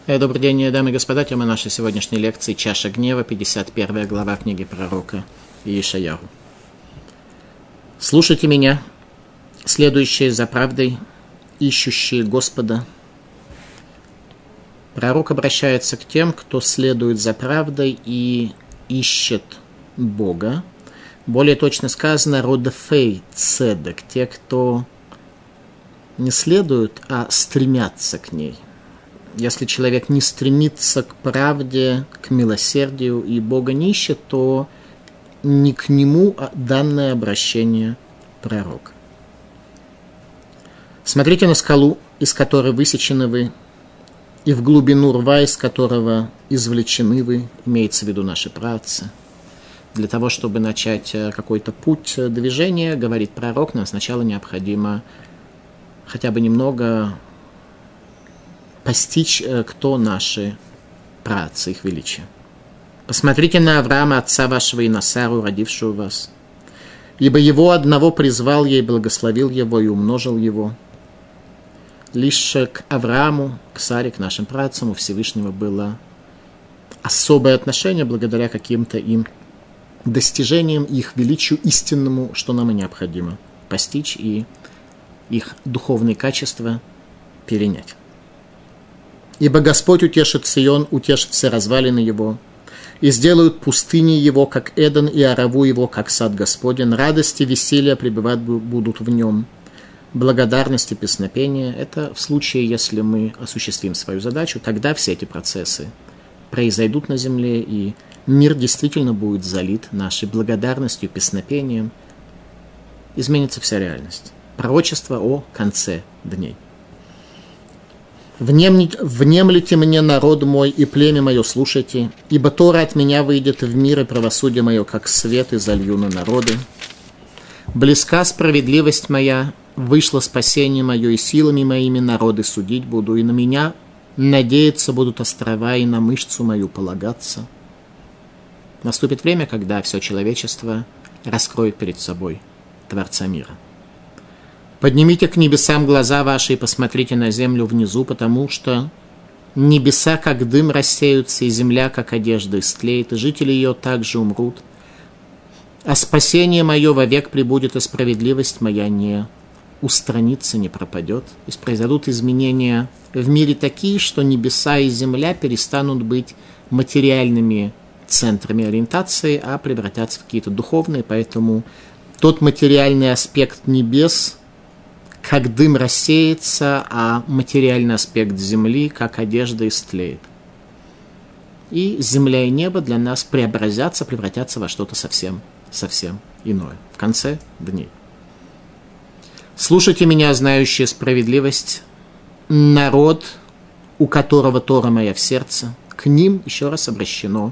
Добрый день, дамы и господа. Тема нашей сегодняшней лекции «Чаша гнева», 51 глава книги пророка Иешаяху. «Слушайте меня, следующие за правдой, ищущие Господа». Пророк обращается к тем, кто следует за правдой и ищет Бога. Более точно сказано «родефей цедек», те, кто не следуют, а стремятся к ней. Если человек не стремится к правде, к милосердию и Бога не ищет, то не к нему данное обращение пророка. Смотрите на скалу, из которой высечены вы, и в глубину рва, из которого извлечены вы, имеется в виду наши праотцы. Для того, чтобы начать какой-то путь движения, говорит пророк, нам сначала необходимо хотя бы немного постичь, кто наши праотцы, их величие. Посмотрите на Авраама, отца вашего, и на Сару, родившую вас. Ибо его одного призвал я и благословил его, и умножил его. Лишь к Аврааму, к Саре, к нашим праотцам у Всевышнего было особое отношение благодаря каким-то им достижениям, их величию истинному, что нам и необходимо постичь и их духовные качества перенять. Ибо Господь утешит Сион, утешит все развалины его, и сделают пустыни его, как Эден, и ораву его, как сад Господень. Радости, веселья пребывать будут в нем. Благодарность и песнопение – это в случае, если мы осуществим свою задачу, тогда все эти процессы произойдут на земле, и мир действительно будет залит нашей благодарностью, песнопением. Изменится вся реальность. Пророчество о конце дней. «Внемлите мне, народ мой, и племя мое слушайте, ибо Тора от меня выйдет в мир, и правосудие мое, как свет, и залью на народы. Близка справедливость моя, вышло спасение мое, и силами моими народы судить буду, и на меня надеяться будут острова, и на мышцу мою полагаться». Наступит время, когда все человечество раскроет перед собой Творца мира. «Поднимите к небесам глаза ваши и посмотрите на землю внизу, потому что небеса, как дым, рассеются, и земля, как одежда, истлеет, и жители ее также умрут. А спасение мое вовек пребудет, и справедливость моя не устранится, не пропадет. То есть произойдут изменения в мире такие, что небеса и земля перестанут быть материальными центрами ориентации, а превратятся в какие-то духовные, поэтому тот материальный аспект небес как дым рассеется, а материальный аспект земли, как одежда, истлеет. И земля и небо для нас преобразятся, превратятся во что-то совсем иное в конце дней. «Слушайте меня, знающие справедливость, народ, у которого Тора моя в сердце». К ним еще раз обращено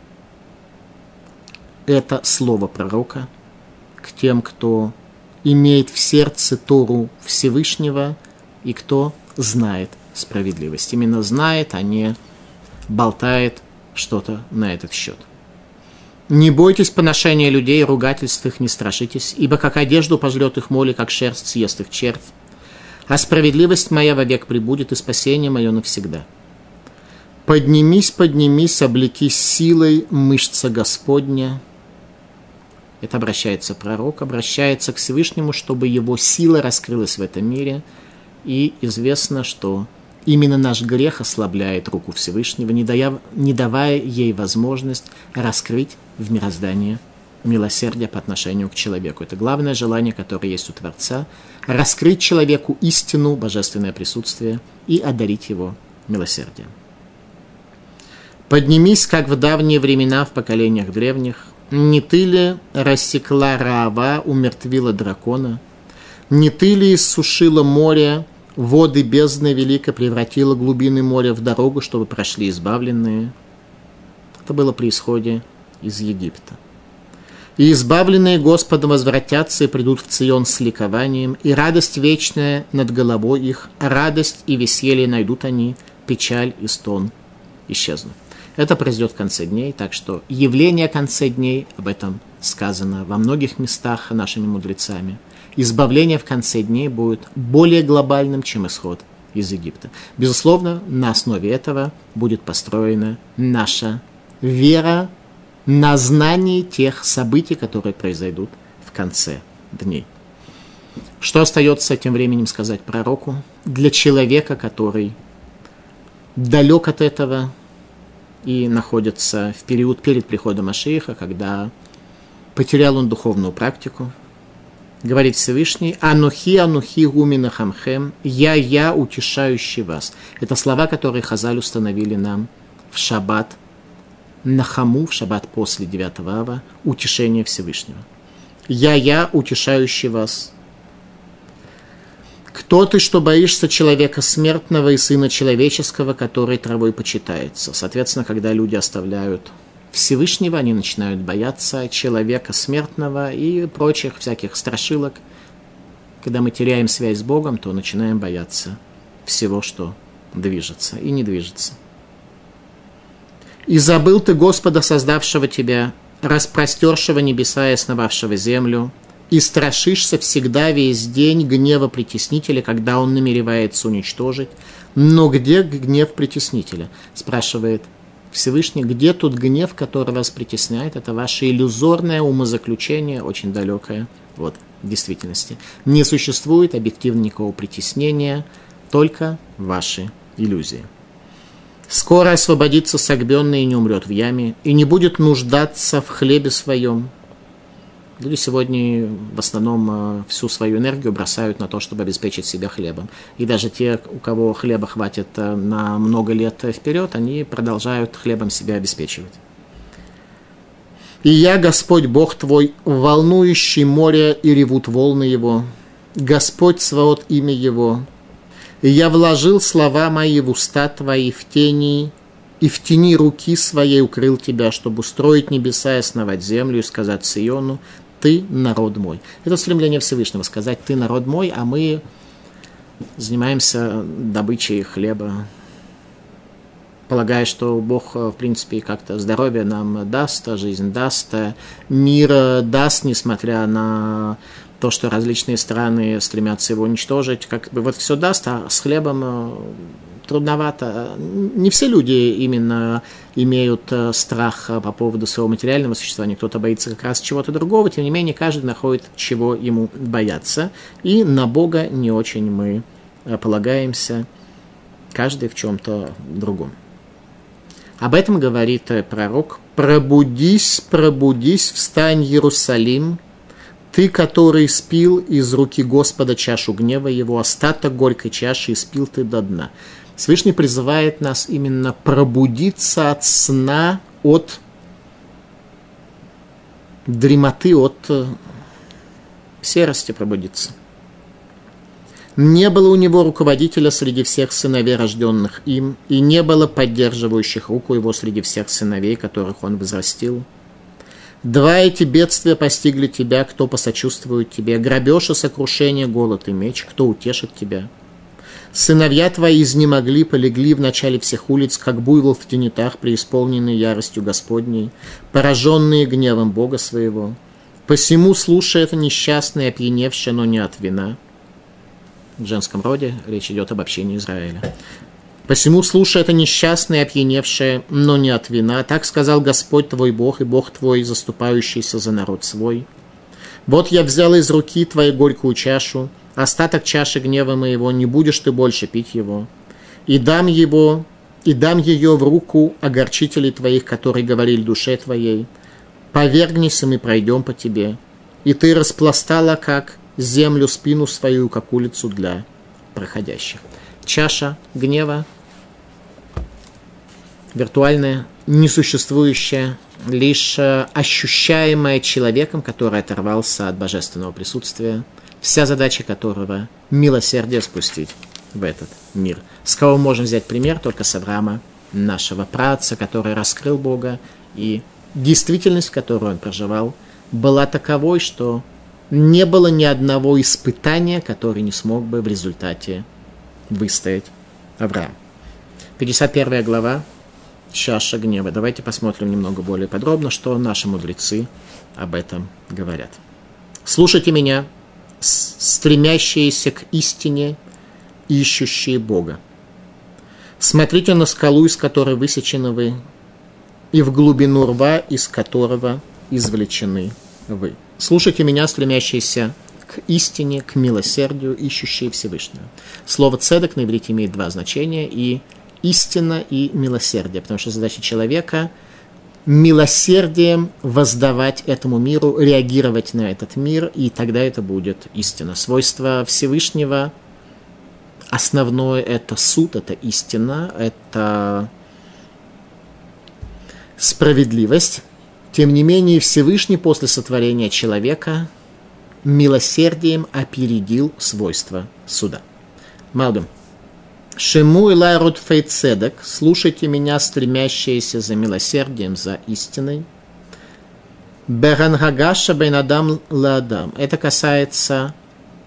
это слово пророка, к тем, кто имеет в сердце Тору Всевышнего и кто знает справедливость. Именно знает, а не болтает что-то на этот счет. «Не бойтесь поношения людей, ругательств их не страшитесь, ибо как одежду пожрет их моль, как шерсть съест их червь. А справедливость моя вовек пребудет, и спасение мое навсегда. Поднимись, поднимись, облекись силой мышца Господня». Это обращается пророк, обращается к Всевышнему, чтобы его сила раскрылась в этом мире. И известно, что именно наш грех ослабляет руку Всевышнего, не давая ей возможность раскрыть в мироздании милосердие по отношению к человеку. Это главное желание, которое есть у Творца – раскрыть человеку истину, божественное присутствие и одарить его милосердием. «Поднимись, как в давние времена, в поколениях древних. Не ты ли рассекла Раава, умертвила дракона? Не ты ли иссушила море, воды бездны велико превратила глубины моря в дорогу, чтобы прошли избавленные?» Это было при исходе из Египта. «И избавленные Господом возвратятся и придут в Цион с ликованием, и радость вечная над головой их, радость и веселье найдут они, печаль и стон исчезнут». Это произойдет в конце дней, так что явление конца дней, об этом сказано во многих местах нашими мудрецами. Избавление в конце дней будет более глобальным, чем исход из Египта. Безусловно, на основе этого будет построена наша вера на знании тех событий, которые произойдут в конце дней. Что остается тем временем сказать пророку для человека, который далек от этого и находится в период перед приходом Машиаха, когда потерял он духовную практику? Говорит Всевышний: «Анухи, анухи гумина хамхем», я, утешающий вас. Это слова, которые Хазаль установили нам в шаббат Нахаму, в шаббат после 9 ава, утешение Всевышнего. Я, утешающий вас. Кто ты, что боишься человека смертного и сына человеческого, который травой почитается? Соответственно, когда люди оставляют Всевышнего, они начинают бояться человека смертного и прочих всяких страшилок. Когда мы теряем связь с Богом, то начинаем бояться всего, что движется и не движется. «И забыл ты Господа, создавшего тебя, распростершего небеса и основавшего землю, и страшишься всегда весь день гнева притеснителя, когда он намеревается уничтожить. Но где гнев притеснителя?» Спрашивает Всевышний, где тут гнев, который вас притесняет? Это ваше иллюзорное умозаключение, очень далекое от действительности. Не существует объективно никакого притеснения, только ваши иллюзии. «Скоро освободится согбенный и не умрет в яме, и не будет нуждаться в хлебе своем». Люди сегодня в основном всю свою энергию бросают на то, чтобы обеспечить себя хлебом. И даже те, у кого хлеба хватит на много лет вперед, они продолжают хлебом себя обеспечивать. «И я, Господь Бог твой, волнующий море, и ревут волны его, Господь Цваот имя его. И я вложил слова мои в уста твои в тени, и в тени руки своей укрыл тебя, чтобы устроить небеса и основать землю, и сказать Сиону: ты народ мой». Это стремление Всевышнего сказать: ты народ мой, а мы занимаемся добычей хлеба, полагая, что Бог, в принципе, как-то здоровье нам даст, жизнь даст, мир даст, несмотря на то, что различные страны стремятся его уничтожить, как бы вот все даст, а с хлебом трудновато. Не все люди именно имеют страх по поводу своего материального существования. Кто-то боится как раз чего-то другого. Тем не менее, каждый находит, чего ему бояться. И на Бога не очень мы полагаемся, каждый в чем-то другом. Об этом говорит пророк: «Пробудись, пробудись, встань, Иерусалим, ты, который спил из руки Господа чашу гнева его, остаток горькой чаши испил ты до дна». Всевышний призывает нас именно пробудиться от сна, от дремоты, от серости пробудиться. Не было у него руководителя среди всех сыновей, рожденных им, и не было поддерживающих руку его среди всех сыновей, которых он возрастил. Два эти бедствия постигли тебя, кто посочувствует тебе: грабеж и сокрушение, голод и меч, кто утешит тебя? Сыновья твои изнемогли, полегли в начале всех улиц, как буйвол в тенетах, преисполненные яростью Господней, пораженные гневом Бога своего. Посему слушай это несчастное, опьяневшее, но не от вина». В женском роде речь идет об общении Израиля. «Посему слушай это несчастное, опьяневшее, но не от вина. Так сказал Господь твой Бог, и Бог твой, заступающийся за народ свой. Вот я взял из руки твоей горькую чашу, остаток чаши гнева моего, не будешь ты больше пить его. И дам ее в руку огорчителей твоих, которые говорили душе твоей: повергнись, и мы пройдем по тебе. И ты распластала, как землю, спину свою, как улицу для проходящих». Чаша гнева виртуальная, несуществующая, лишь ощущаемая человеком, который оторвался от божественного присутствия, вся задача которого – милосердие спустить в этот мир. С кого можем взять пример? Только с Авраама, нашего праотца, который раскрыл Бога, и действительность, в которой он проживал, была таковой, что не было ни одного испытания, которое не смог бы в результате выстоять Авраам. 51 глава, чаша гнева. Давайте посмотрим немного более подробно, что наши мудрецы об этом говорят. «Слушайте меня, стремящиеся к истине, ищущие Бога. Смотрите на скалу, из которой высечены вы, и в глубину рва, из которого извлечены вы. Слушайте меня, стремящиеся к истине, к милосердию, ищущие Всевышнего. Слово «цедек» на иврите имеет два значения, и истина, и милосердие, потому что задача человека – милосердием воздавать этому миру, реагировать на этот мир, и тогда это будет истина. Свойство Всевышнего основное – это суд, это истина, это справедливость. Тем не менее, Всевышний после сотворения человека милосердием опередил свойства суда. Малбим. Шему илай рудфей цедек, слушайте меня, стремящиеся за милосердием, за истиной. Берангагаша бейнадам ладам. Это касается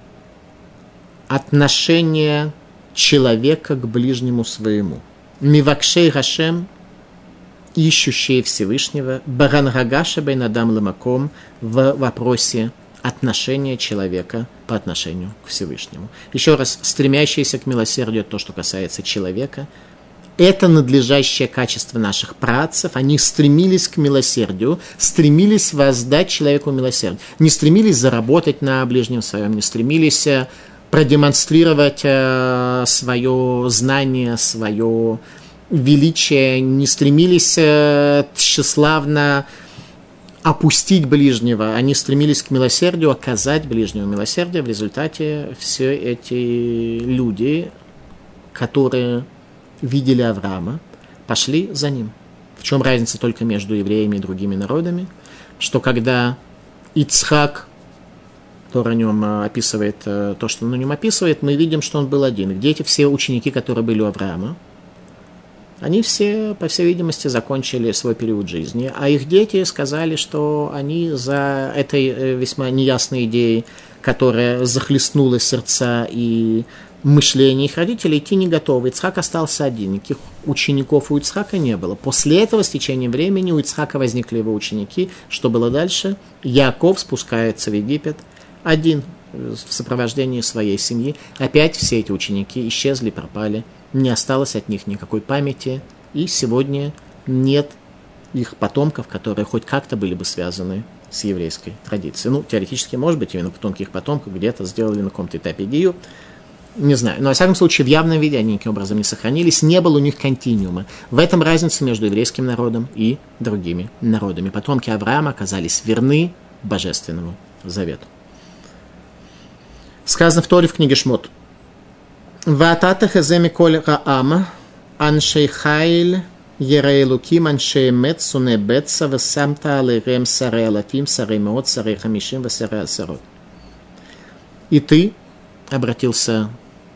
отношения человека к ближнему своему. Мивакшей Гашем, ищущие Всевышнего. Берангагаша бейнадам ламаком, в вопросе отношение человека по отношению к Всевышнему. Еще раз, стремящиеся к милосердию, то, что касается человека, это надлежащее качество наших праотцев. Они стремились к милосердию, стремились воздать человеку милосердие. Не стремились заработать на ближнем своем, не стремились продемонстрировать свое знание, свое величие, не стремились тщеславно опустить ближнего, они стремились к милосердию, оказать ближнему милосердие. В результате все эти люди, которые видели Авраама, пошли за ним. В чем разница только между евреями и другими народами? Что когда Ицхак, Тора о нем описывает то, что он о нем описывает, мы видим, что он был один. Где эти все ученики, которые были у Авраама? Они все, по всей видимости, закончили свой период жизни, а их дети сказали, что они за этой весьма неясной идеей, которая захлестнула сердца и мышление их родителей, идти не готовы. Ицхак остался один, никаких учеников у Ицхака не было. После этого, с течением времени, у Ицхака возникли его ученики. Что было дальше? Яков спускается в Египет один, в сопровождении своей семьи. Опять все эти ученики исчезли, пропали. Не осталось от них никакой памяти, и сегодня нет их потомков, которые хоть как-то были бы связаны с еврейской традицией. Ну, теоретически, может быть, именно потомки их потомков где-то сделали на каком-то этапе идею, не знаю. Но, во всяком случае, в явном виде они никаким образом не сохранились, не было у них континуума. В этом разница между еврейским народом и другими народами. Потомки Авраама оказались верны Божественному Завету. Сказано в Торе в книге Шмот. Ваатата хаземи коль раама, аншей хайль, ерей луким, аншей мет, суне бетса, весамта алейрем сарей алатим, сарей меот, сарей хамишим, весарей асарот. И ты, обратился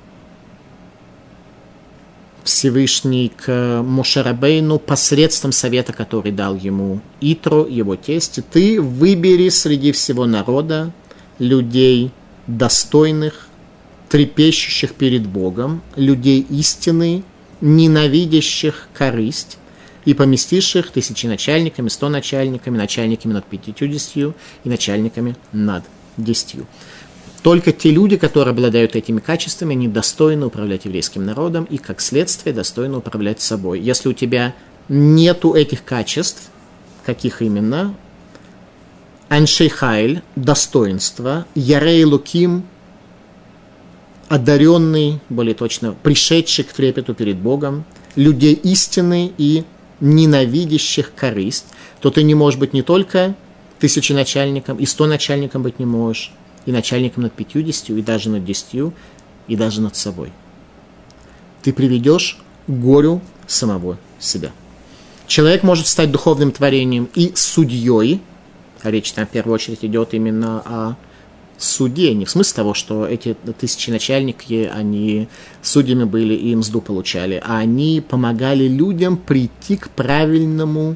Всевышний к Моше Рабейну посредством совета, который дал ему Итро, его тесть, и ты выбери среди всего народа людей достойных, трепещущих перед Богом, людей истины, ненавидящих корысть, и поместишь их тысяченачальниками, 100 начальниками, начальниками над 50 и начальниками над 10. Только те люди, которые обладают этими качествами, они достойны управлять еврейским народом и, как следствие, достойны управлять собой. Если у тебя нету этих качеств, каких именно? Аншей хайль, достоинство, ярей луким, одаренный, более точно, пришедший к трепету перед Богом, людей истины и ненавидящих корысть, то ты не можешь быть не только тысяченачальником, и 100 начальником быть не можешь, и начальником над 50, и даже над 10, и даже над собой. Ты приведешь к горю самого себя. Человек может стать духовным творением и судьей, а речь там в первую очередь идет именно о суде, не в смысле того, что эти тысяченачальники, они судьями были и мзду получали, а они помогали людям прийти к правильному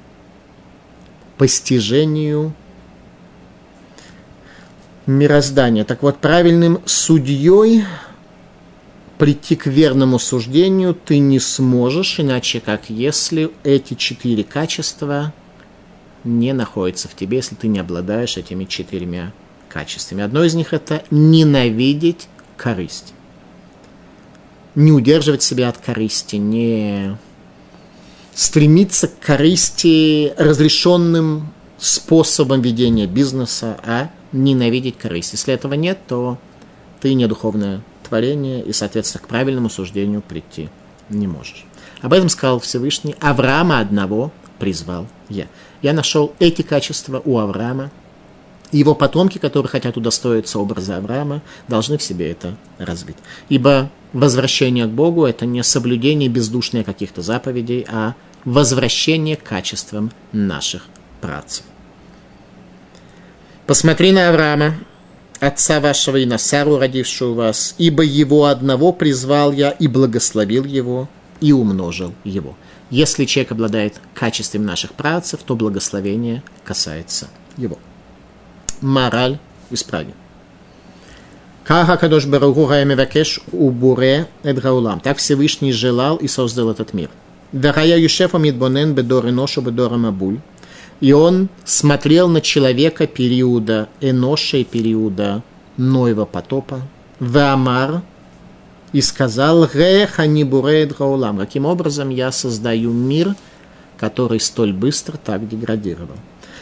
постижению мироздания. Так вот, правильным судьей прийти к верному суждению ты не сможешь, иначе как если эти 4 качества не находятся в тебе, если ты не обладаешь этими 4 качествами. Одно из них – это ненавидеть корысть. не удерживать себя от корысти, не стремиться к корысти разрешенным способом ведения бизнеса, а ненавидеть корысть. Если этого нет, то ты не духовное творение, и, соответственно, к правильному суждению прийти не можешь. Об этом сказал Всевышний: Авраама одного призвал я. Я нашел эти качества у Авраама, и его потомки, которые хотят удостоиться образа Авраама, должны в себе это развить. Ибо возвращение к Богу – это не соблюдение бездушное каких-то заповедей, а возвращение к качествам наших працев. Посмотри на Авраама, отца вашего, и на Сару, родившую вас, ибо его одного призвал я и благословил его, и умножил его. Если человек обладает качеством наших працев, то благословение касается его. Мораль из Праги. Так Всевышний желал и создал этот мир. И он смотрел на человека периода Эноша и периода Ноева потопа. Веамар, и сказал: каким образом я создаю мир, который столь быстро так деградировал.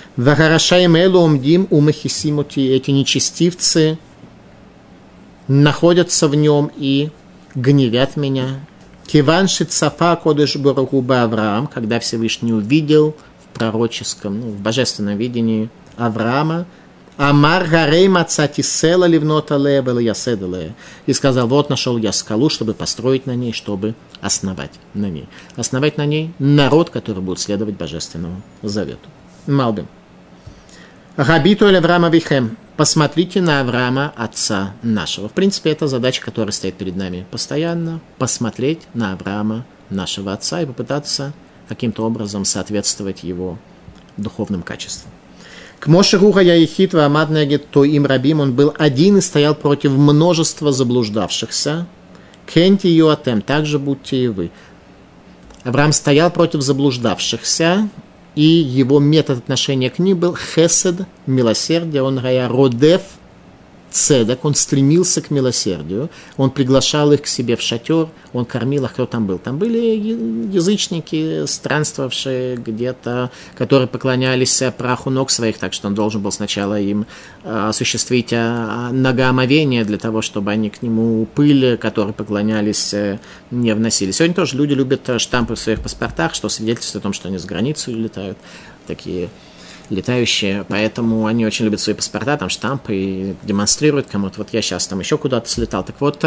Эти нечестивцы находятся в нем и гневят меня. Киванши цафа кодеш барахуба Авраам, когда Всевышний увидел в пророческом, в божественном видении Авраама, Амар гарей мацати села ливнота лебела яседале, и сказал: вот нашел я скалу, чтобы построить на ней, чтобы основать на ней. Основать на ней народ, который будет следовать божественному завету. Малбим. Габиту эль Авраама вихем. Посмотрите на Авраама, отца нашего. В принципе, это задача, которая стоит перед нами постоянно. Посмотреть на Авраама, нашего отца, и попытаться каким-то образом соответствовать его духовным качествам. К Моше Руха Яихит Ваамаднегет, то им рабим, он был один и стоял против множества заблуждавшихся. Кенти Юатем, также будьте и вы. Авраам стоял против заблуждавшихся, и его метод отношения к ним был хесед, милосердие, он рая родев цедек, он стремился к милосердию, он приглашал их к себе в шатер, он кормил их. Кто там был? Там были язычники, странствовавшие где-то, которые поклонялись праху ног своих, так что он должен был сначала им осуществить ногоомовение для того, чтобы они к нему пыль, которой поклонялись, не вносили. Сегодня тоже люди любят штампы в своих паспортах, что свидетельствует о том, что они за границу летают, такие летающие, поэтому они очень любят свои паспорта, там штампы, и демонстрируют кому-то. Вот я сейчас там еще куда-то слетал. Так вот,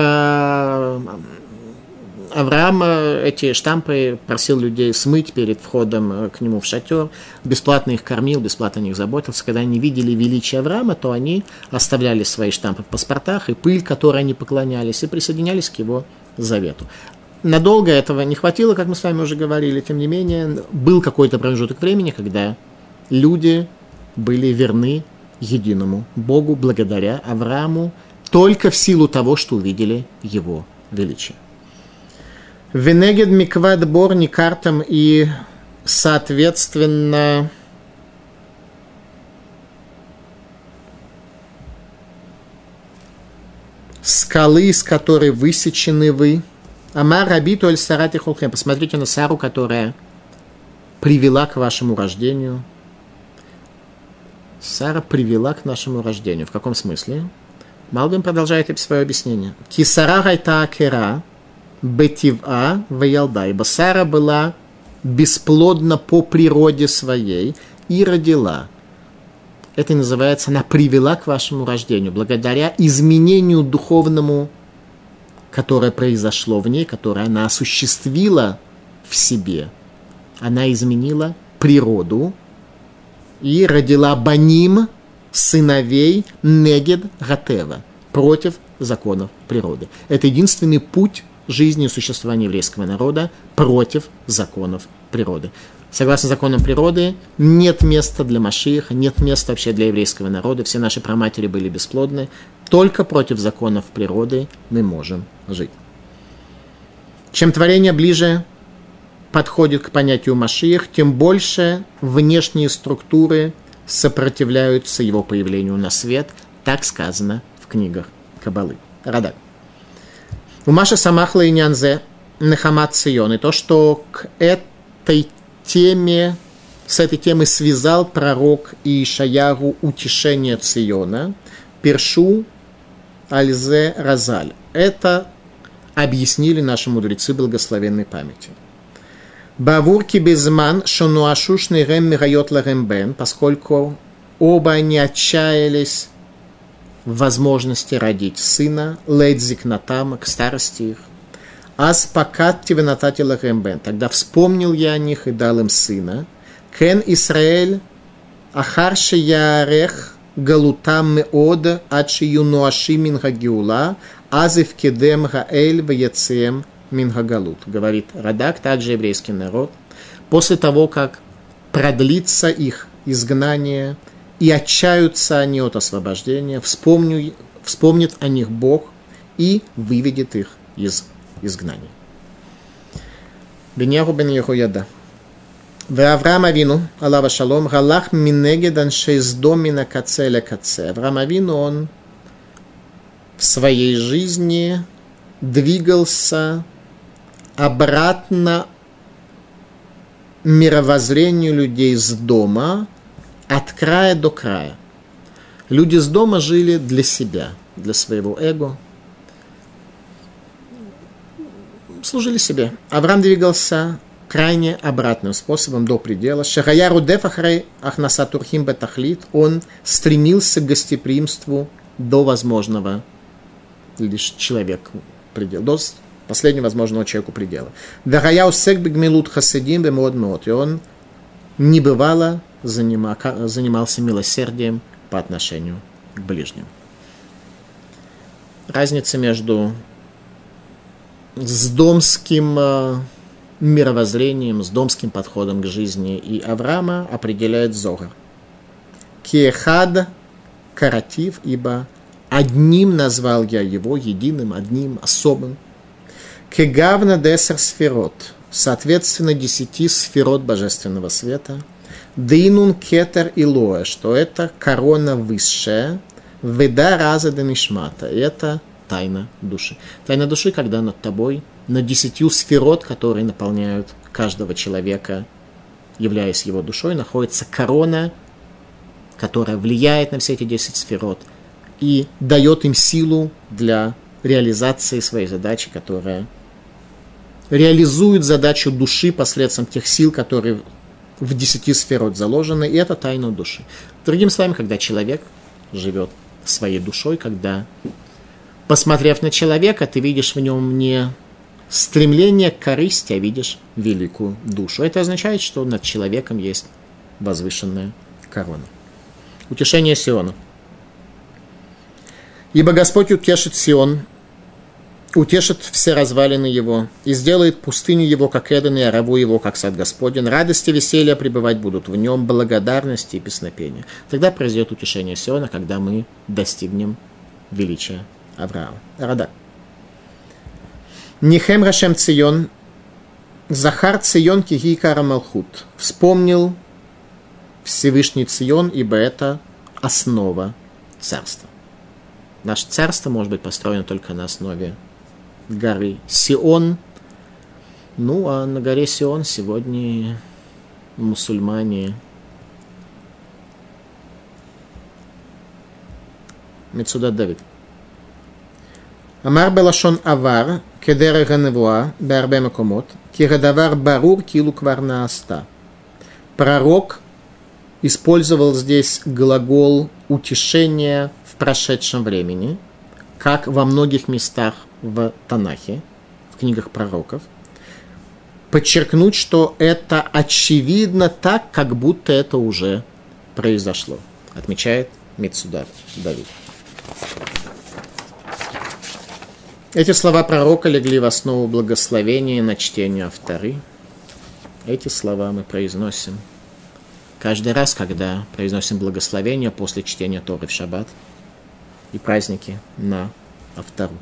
Авраам эти штампы просил людей смыть перед входом к нему в шатер, бесплатно их кормил, бесплатно о них заботился. Когда они видели величие Авраама, то они оставляли свои штампы в паспортах и пыль, которой они поклонялись, и присоединялись к его завету. Надолго этого не хватило, как мы с вами уже говорили, тем не менее, был какой-то промежуток времени, когда люди были верны единому Богу благодаря Аврааму только в силу того, что увидели его величие. Венегед миквад бор никартам, и, соответственно, скалы, из которой высечены вы. Амар рабиту эль сарати хулхем. Посмотрите на Сару, которая привела к вашему рождению. Сара привела к нашему рождению. В каком смысле? Малбим продолжает свое объяснение. Кисара гайта акера бетива ваялда. Ибо Сара была бесплодна по природе своей и родила. Это называется, она привела к вашему рождению. Благодаря изменению духовному, которое произошло в ней, которое она осуществила в себе. Она изменила природу и родила баним, сыновей негед гатева, против законов природы. Это единственный путь жизни и существования еврейского народа против законов природы. Согласно законам природы, нет места для Машиаха, нет места вообще для еврейского народа. Все наши праматери были бесплодны. Только против законов природы мы можем жить. Чем творение ближе подходит к понятию Машиах, тем больше внешние структуры сопротивляются его появлению на свет. Так сказано в книгах Каббалы. Радак. У Маши Самахла и Нянзе Нехамат Цион. И то, что к этой теме, с этой темой связал пророк Ишаягу утешение Циона, Першу Альзе Разаль. Это объяснили наши мудрецы благословенной памяти. Бавурки безман шонуашушный рэм мирайот ларэм бен, поскольку оба они отчаялись в возможности родить сына, лэдзик натам, к старости их. Аз пакатти венатати ларэм бен, тогда вспомнил я о них и дал им сына. Кен Исраэль ахарши ярех галутам меод ачи юнуаши минга геула азив кедем гаэль ваяцем минга галут. Говорит Радак, также еврейский народ, после того, как продлится их изгнание и отчаются они от освобождения, вспомнит о них Бог и выведет их из изгнания. Беньяху бен Йехояда. Авраам Авину, Аллаха шалом, галах минегед аншей сдом мина каце ле каце. Авраам Авину, он в своей жизни двигался обратно мировоззрению людей с дома от края до края. Люди с дома жили для себя, для своего эго, служили себе. Авраам двигался крайне обратным способом, до предела. Шахаяру дефахрей ахнасатурхим бетахлит, он стремился к гостеприимству до возможного лишь человеку предела, до последнего возможного человеку предела. Вахаяу сек бигмилут хасидим бемод мод, и он небывало занимался милосердием по отношению к ближним. Разница между сдомским мировоззрением, сдомским подходом к жизни и Авраама определяет Зогар. Киехад каратив, ибо одним назвал я его, единым, одним, особым. Кегавна десер сферот, соответственно 10 сферот божественного света. Дейнун кетер илоэ, что это корона высшая, веда раза де нишмата, это тайна души. Тайна души, когда над тобой, на 10 сферот, которые наполняют каждого человека, являясь его душой, находится корона, которая влияет на все эти 10 сферот и дает им силу для реализации своей задачи, которая реализует задачу души посредством тех сил, которые в 10 сферот заложены, и это тайна души. Другими словами, когда человек живет своей душой, когда, посмотрев на человека, ты видишь в нем не стремление к корысти, а видишь великую душу. Это означает, что над человеком есть возвышенная корона. Утешение Сиона. Ибо Господь утешит Сион, утешит все развалины его, и сделает пустыню его, как Эден, и ораву его, как сад Господень. Радости и веселья пребывать будут в нем, благодарности и песнопения. Тогда произойдет утешение Сиона, когда мы достигнем величия Авраама. Радак. Нихем Рашем Цион, Захар Цион киги кара малхут. Вспомнил Всевышний Цион, ибо это основа царства. Наше царство может быть построено только на основе горы Сион. Ну, а на горе Сион сегодня мусульмане Мецудат Давид. Амар белашон авар, кедере ганевуа, беарбе макомот, кирадавар барур килу кварна аста. Пророк использовал здесь глагол утешения в прошедшем времени, как во многих местах в Танахе, в книгах пророков, подчеркнуть, что это очевидно так, как будто это уже произошло, отмечает Мецудат Давид. Эти слова пророка легли в основу благословения на чтение Авторы. Эти слова мы произносим каждый раз, когда произносим благословение после чтения Торы в шаббат и праздники на Автору.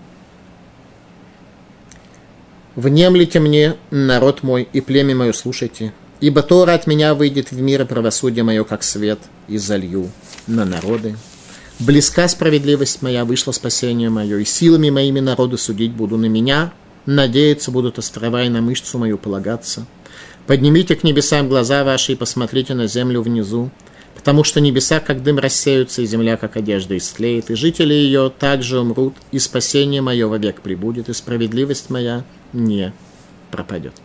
«Внемлите мне, народ мой, и племя мое слушайте, ибо Тора от меня выйдет в мир, и правосудие мое, как свет, и залью на народы. Близка справедливость моя, вышло спасение мое, и силами моими народы судить буду. На меня надеяться будут острова, и на мышцу мою полагаться. Поднимите к небесам глаза ваши и посмотрите на землю внизу, потому что небеса, как дым, рассеются, и земля, как одежда, истлеет, и жители ее также умрут, и спасение мое вовек пребудет, и справедливость моя не пропадет.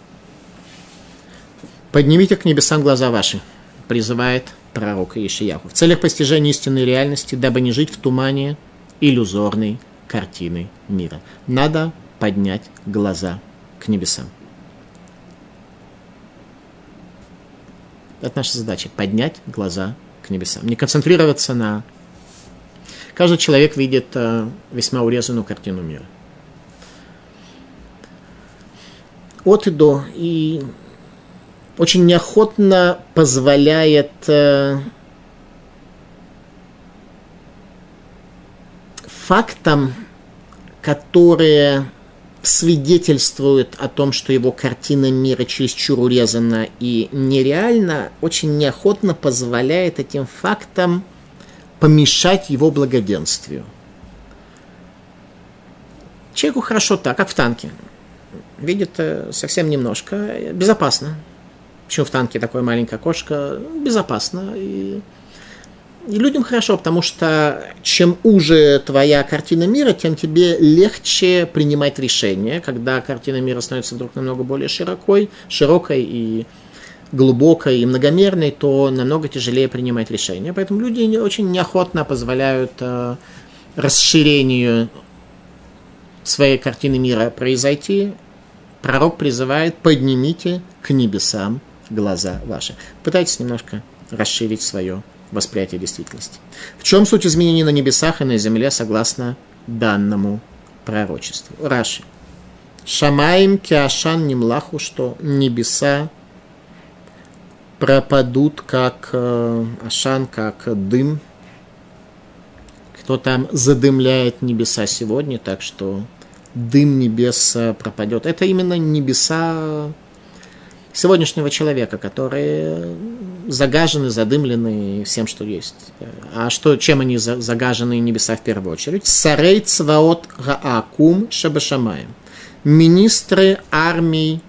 Поднимите к небесам глаза ваши, призывает пророк Иешияху, в целях постижения истинной реальности, дабы не жить в тумане иллюзорной картины мира. Надо поднять глаза к небесам. Это наша задача – поднять глаза к небесам. Не концентрироваться на... Каждый человек видит весьма урезанную картину мира. От и до. И очень неохотно позволяет фактам, которые свидетельствует о том, что его картина мира чересчур урезана и нереальна, очень неохотно позволяет этим фактам помешать его благоденствию. Человеку хорошо так, как в танке. Видит совсем немножко, безопасно. Почему в танке такое маленькое окошко? Безопасно. И людям хорошо, потому что чем уже твоя картина мира, тем тебе легче принимать решения. Когда картина мира становится вдруг намного более широкой и глубокой, и многомерной, то намного тяжелее принимать решения. Поэтому люди очень неохотно позволяют расширению своей картины мира произойти. Пророк призывает: поднимите к небесам глаза ваши. Пытайтесь немножко расширить свое восприятие действительности. В чем суть изменений на небесах и на земле согласно данному пророчеству? Раши. Шамаим киашан нимлаху, что небеса пропадут как ашан, как дым. Кто там задымляет небеса сегодня, так что дым небес пропадет. Это именно небеса сегодняшнего человека, которые загажены, задымлены всем, что есть. А чем они загажены небеса в первую очередь? Сарей цваот гаакум шабашамаем. Министры армий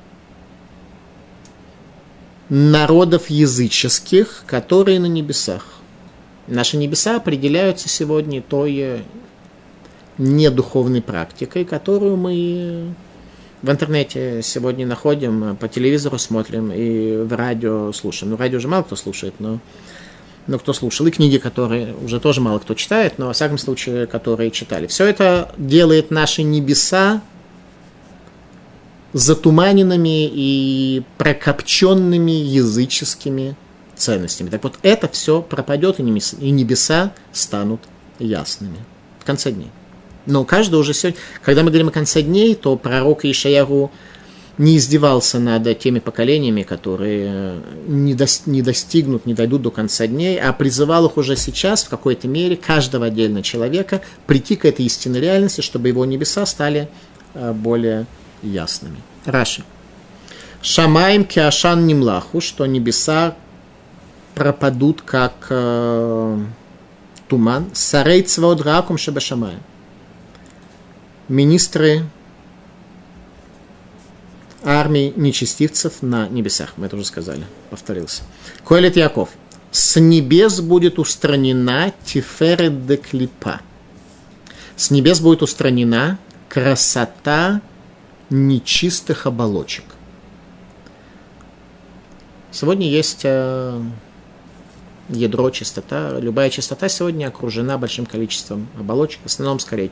народов языческих, которые на небесах. Наши небеса определяются сегодня той недуховной практикой, которую мы в интернете сегодня находим, по телевизору смотрим и в радио слушаем. Радио уже мало кто слушает, но кто слушал. И книги, которые уже тоже мало кто читает, но, во всяком случае, которые читали. Все это делает наши небеса затуманенными и прокопченными языческими ценностями. Так вот, это все пропадет, и небеса станут ясными в конце дней. Но каждый уже сегодня, когда мы говорим о конце дней, то пророк Иешаяху не издевался над теми поколениями, которые не достигнут, не дойдут до конца дней, а призывал их уже сейчас, в какой-то мере, каждого отдельного человека прийти к этой истинной реальности, чтобы его небеса стали более ясными. Раши. Шамаим киашан нимлаху, что небеса пропадут как туман. Сарей цваот гаакум шабашамаем. Министры армии нечестивцев на небесах. Мы это уже сказали, повторился. Коэлет Яков. С небес будет устранена тиферет де клипа. С небес будет устранена красота нечистых оболочек. Сегодня есть ядро, чистота. Любая чистота сегодня окружена большим количеством оболочек. В основном, скорее,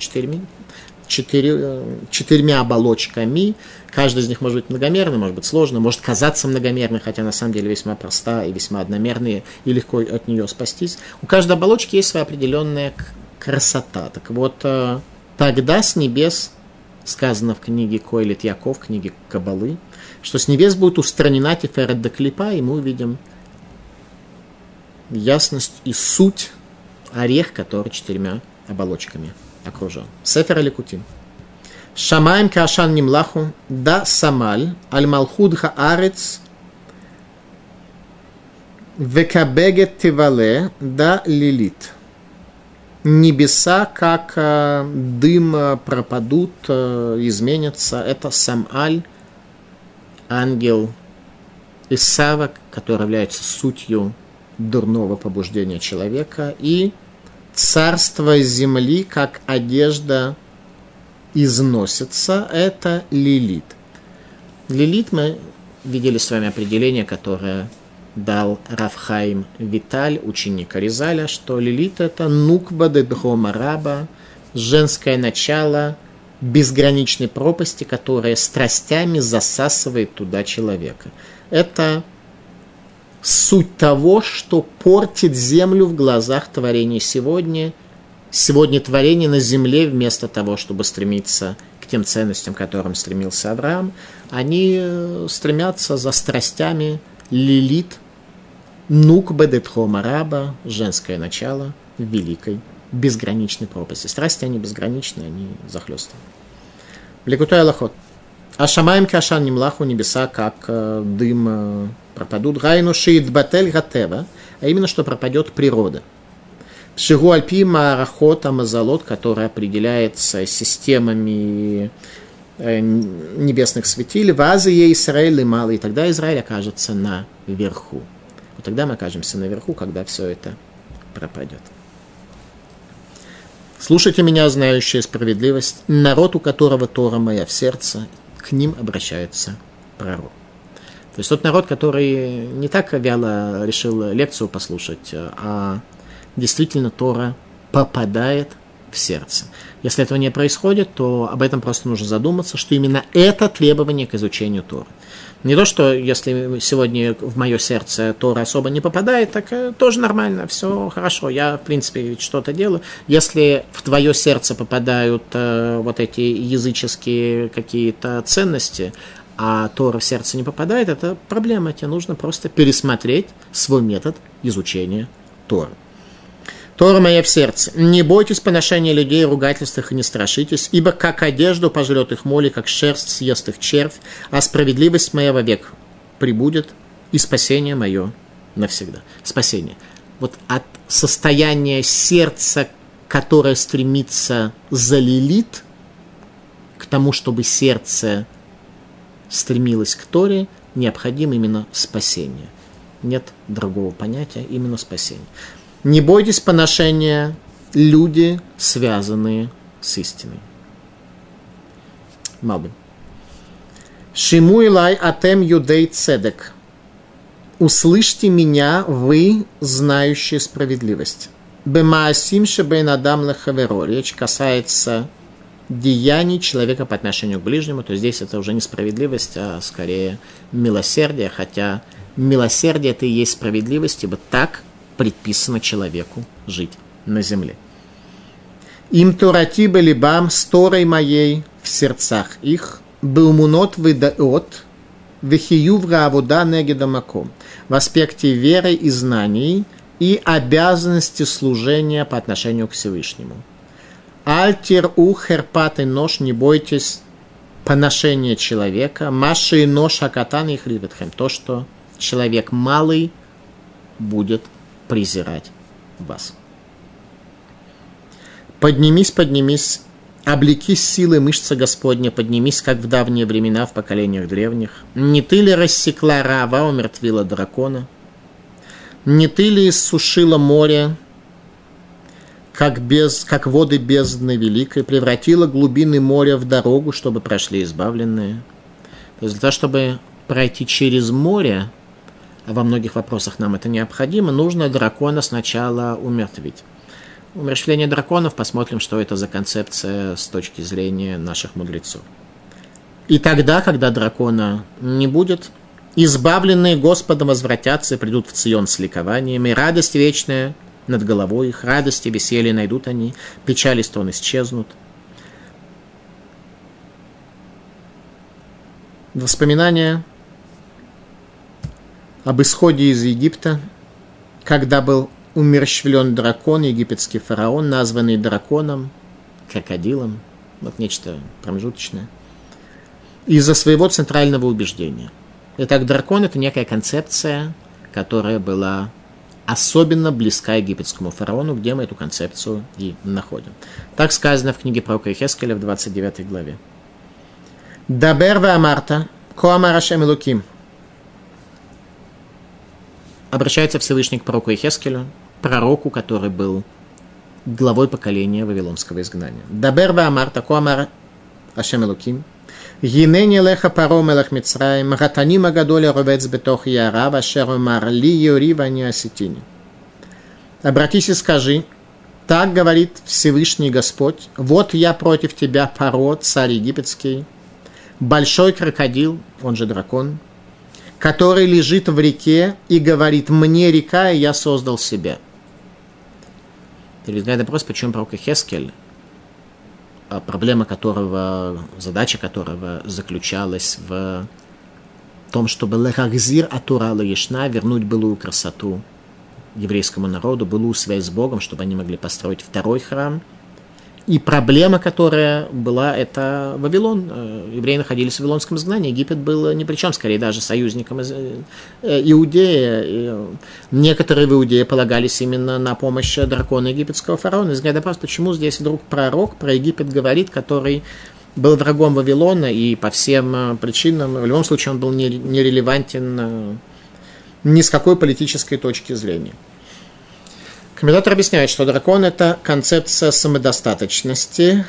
четырьмя оболочками. Каждая из них может быть многомерной, может быть сложной, может казаться многомерной, хотя на самом деле весьма проста и весьма одномерная, и легко от нее спастись. У каждой оболочки есть своя определенная красота. Так вот, тогда с небес, сказано в книге Коэлет Яков, книге Кабалы, что с небес будет устранена тиферет де клипа, и мы увидим ясность и суть, орех, который четырьмя оболочками окружен. Сефер Ликутим. Шамаем кашан нимлаху да самаль аль малхуд хаарец векабегет тивале да лилит. небеса, как дым, пропадут, изменятся. Это Самаль, ангел Исава, который является сутью дурного побуждения человека, и царство земли, как одежда, износится, это Лилит. Лилит, мы видели с вами определение, которое дал Рав Хаим Виталь, ученик Аризаля, что Лилит – это нукба де дхома раба, женское начало безграничной пропасти, которая страстями засасывает туда человека. Это суть того, что портит землю в глазах творения сегодня. Сегодня творение на земле, вместо того, чтобы стремиться к тем ценностям, к которым стремился Авраам, они стремятся за страстями Лилит, нукба де дхома раба, женское начало великой безграничной пропасти. Страсти, они безграничны, они захлестаны. Лекутай алахот. Ашамаем кашан нимлаху, небеса, как дым пропадут. Гайну шиит батель гатева, а именно, что пропадет природа. Шигу альпи маарахот амазалот, который определяется системами небесных светил. Вазы ей Исраэль и малый, и тогда Израиль окажется наверху. Вот тогда мы окажемся наверху, когда все это пропадет. Слушайте меня, знающие справедливость, народ, у которого Тора моя в сердце, к ним обращается пророк. То есть тот народ, который не так вяло решил лекцию послушать, а действительно Тора попадает в сердце. Если этого не происходит, то об этом просто нужно задуматься, что именно это требование к изучению Торы. Не то, что если сегодня в мое сердце Тора особо не попадает, так тоже нормально, все хорошо, я, в принципе, ведь что-то делаю. Если в твое сердце попадают вот эти языческие какие-то ценности, а Тора в сердце не попадает, это проблема. Тебе нужно просто пересмотреть свой метод изучения Торы. Тора моя в сердце. Не бойтесь поношения людей, ругательств их и не страшитесь, ибо как одежду пожрет их моль, как шерсть съест их червь, а справедливость моя вовек прибудет, и спасение мое навсегда. Спасение. Вот от состояния сердца, которое стремится за Лилит, к тому, чтобы сердце стремилось к Торе, необходимо именно спасение. Нет другого понятия, именно спасение. Не бойтесь поношения, люди, связанные с истиной. Малбин. Шиму илай атем юдей цедек. Услышьте меня, вы, знающие справедливость. Бемаасим шебейн адам лехаверо. Речь касается деяний человека по отношению к ближнему. То есть здесь это уже не справедливость, а скорее милосердие. Хотя милосердие это и есть справедливость, ибо так предписано человеку жить на земле. Им торати белибам, с Торой моей в сердцах их, беумунот выдаот, вехию враавуда негедамаком, в аспекте веры и знаний и обязанности служения по отношению к Всевышнему. Альтер у херпат и нож, не бойтесь поношения человека, маши и нож акатан их риветхем, то, что человек малый будет презирать вас. Поднимись, поднимись, облекись силой мышцы Господня, поднимись, как в давние времена, в поколениях древних. Не ты ли рассекла Раава, умертвила дракона? Не ты ли иссушила море, как воды бездны великой, превратила глубины моря в дорогу, чтобы прошли избавленные? То есть для того, чтобы пройти через море, а во многих вопросах нам это необходимо, нужно дракона сначала умертвить. Умерщвление драконов, посмотрим, что это за концепция с точки зрения наших мудрецов. И тогда, когда дракона не будет, избавленные Господом возвратятся и придут в Цион с ликованием, и радость вечная над головой их, радость и веселье найдут они, печали стон исчезнут. Воспоминания об исходе из Египта, когда был умерщвлен дракон, египетский фараон, названный драконом, крокодилом, вот нечто промежуточное, из-за своего центрального убеждения. Итак, дракон – это некая концепция, которая была особенно близка египетскому фараону, где мы эту концепцию и находим. Так сказано в книге пророка Йехескеля в 29 главе. «Дабер веамарта, ко амар Ашем Элоким». Обращается Всевышний к пророку Йехескелю, пророку, который был главой поколения вавилонского изгнания. «Дабер веамарта, ко амар Ашем Элоким». «Гинени леха паро мелах Мицраим, гатаним агадоля ровец бетох яра, вашер омар ли юри вани осетини». Обратись и скажи, так говорит Всевышний Господь, вот я против тебя, Паро, царь египетский, большой крокодил, он же дракон, который лежит в реке и говорит, мне река, и я создал себя. Возникает вопрос, почему пророк Йехескель, проблема которого, задача которого заключалась в том, чтобы лехахзир атура лаишна, вернуть былую красоту еврейскому народу, былую связь с Богом, чтобы они могли построить второй храм. И проблема, которая была, это Вавилон. Евреи находились в вавилонском изгнании. Египет был ни при чем, скорее даже союзником Иудеи. Некоторые в Иудее полагались именно на помощь дракона египетского фараона. И вопрос, почему здесь вдруг пророк про Египет говорит, который был врагом Вавилона, и по всем причинам, в любом случае, он был нерелевантен ни с какой политической точки зрения. Комментатор объясняет, что дракон – это концепция самодостаточности,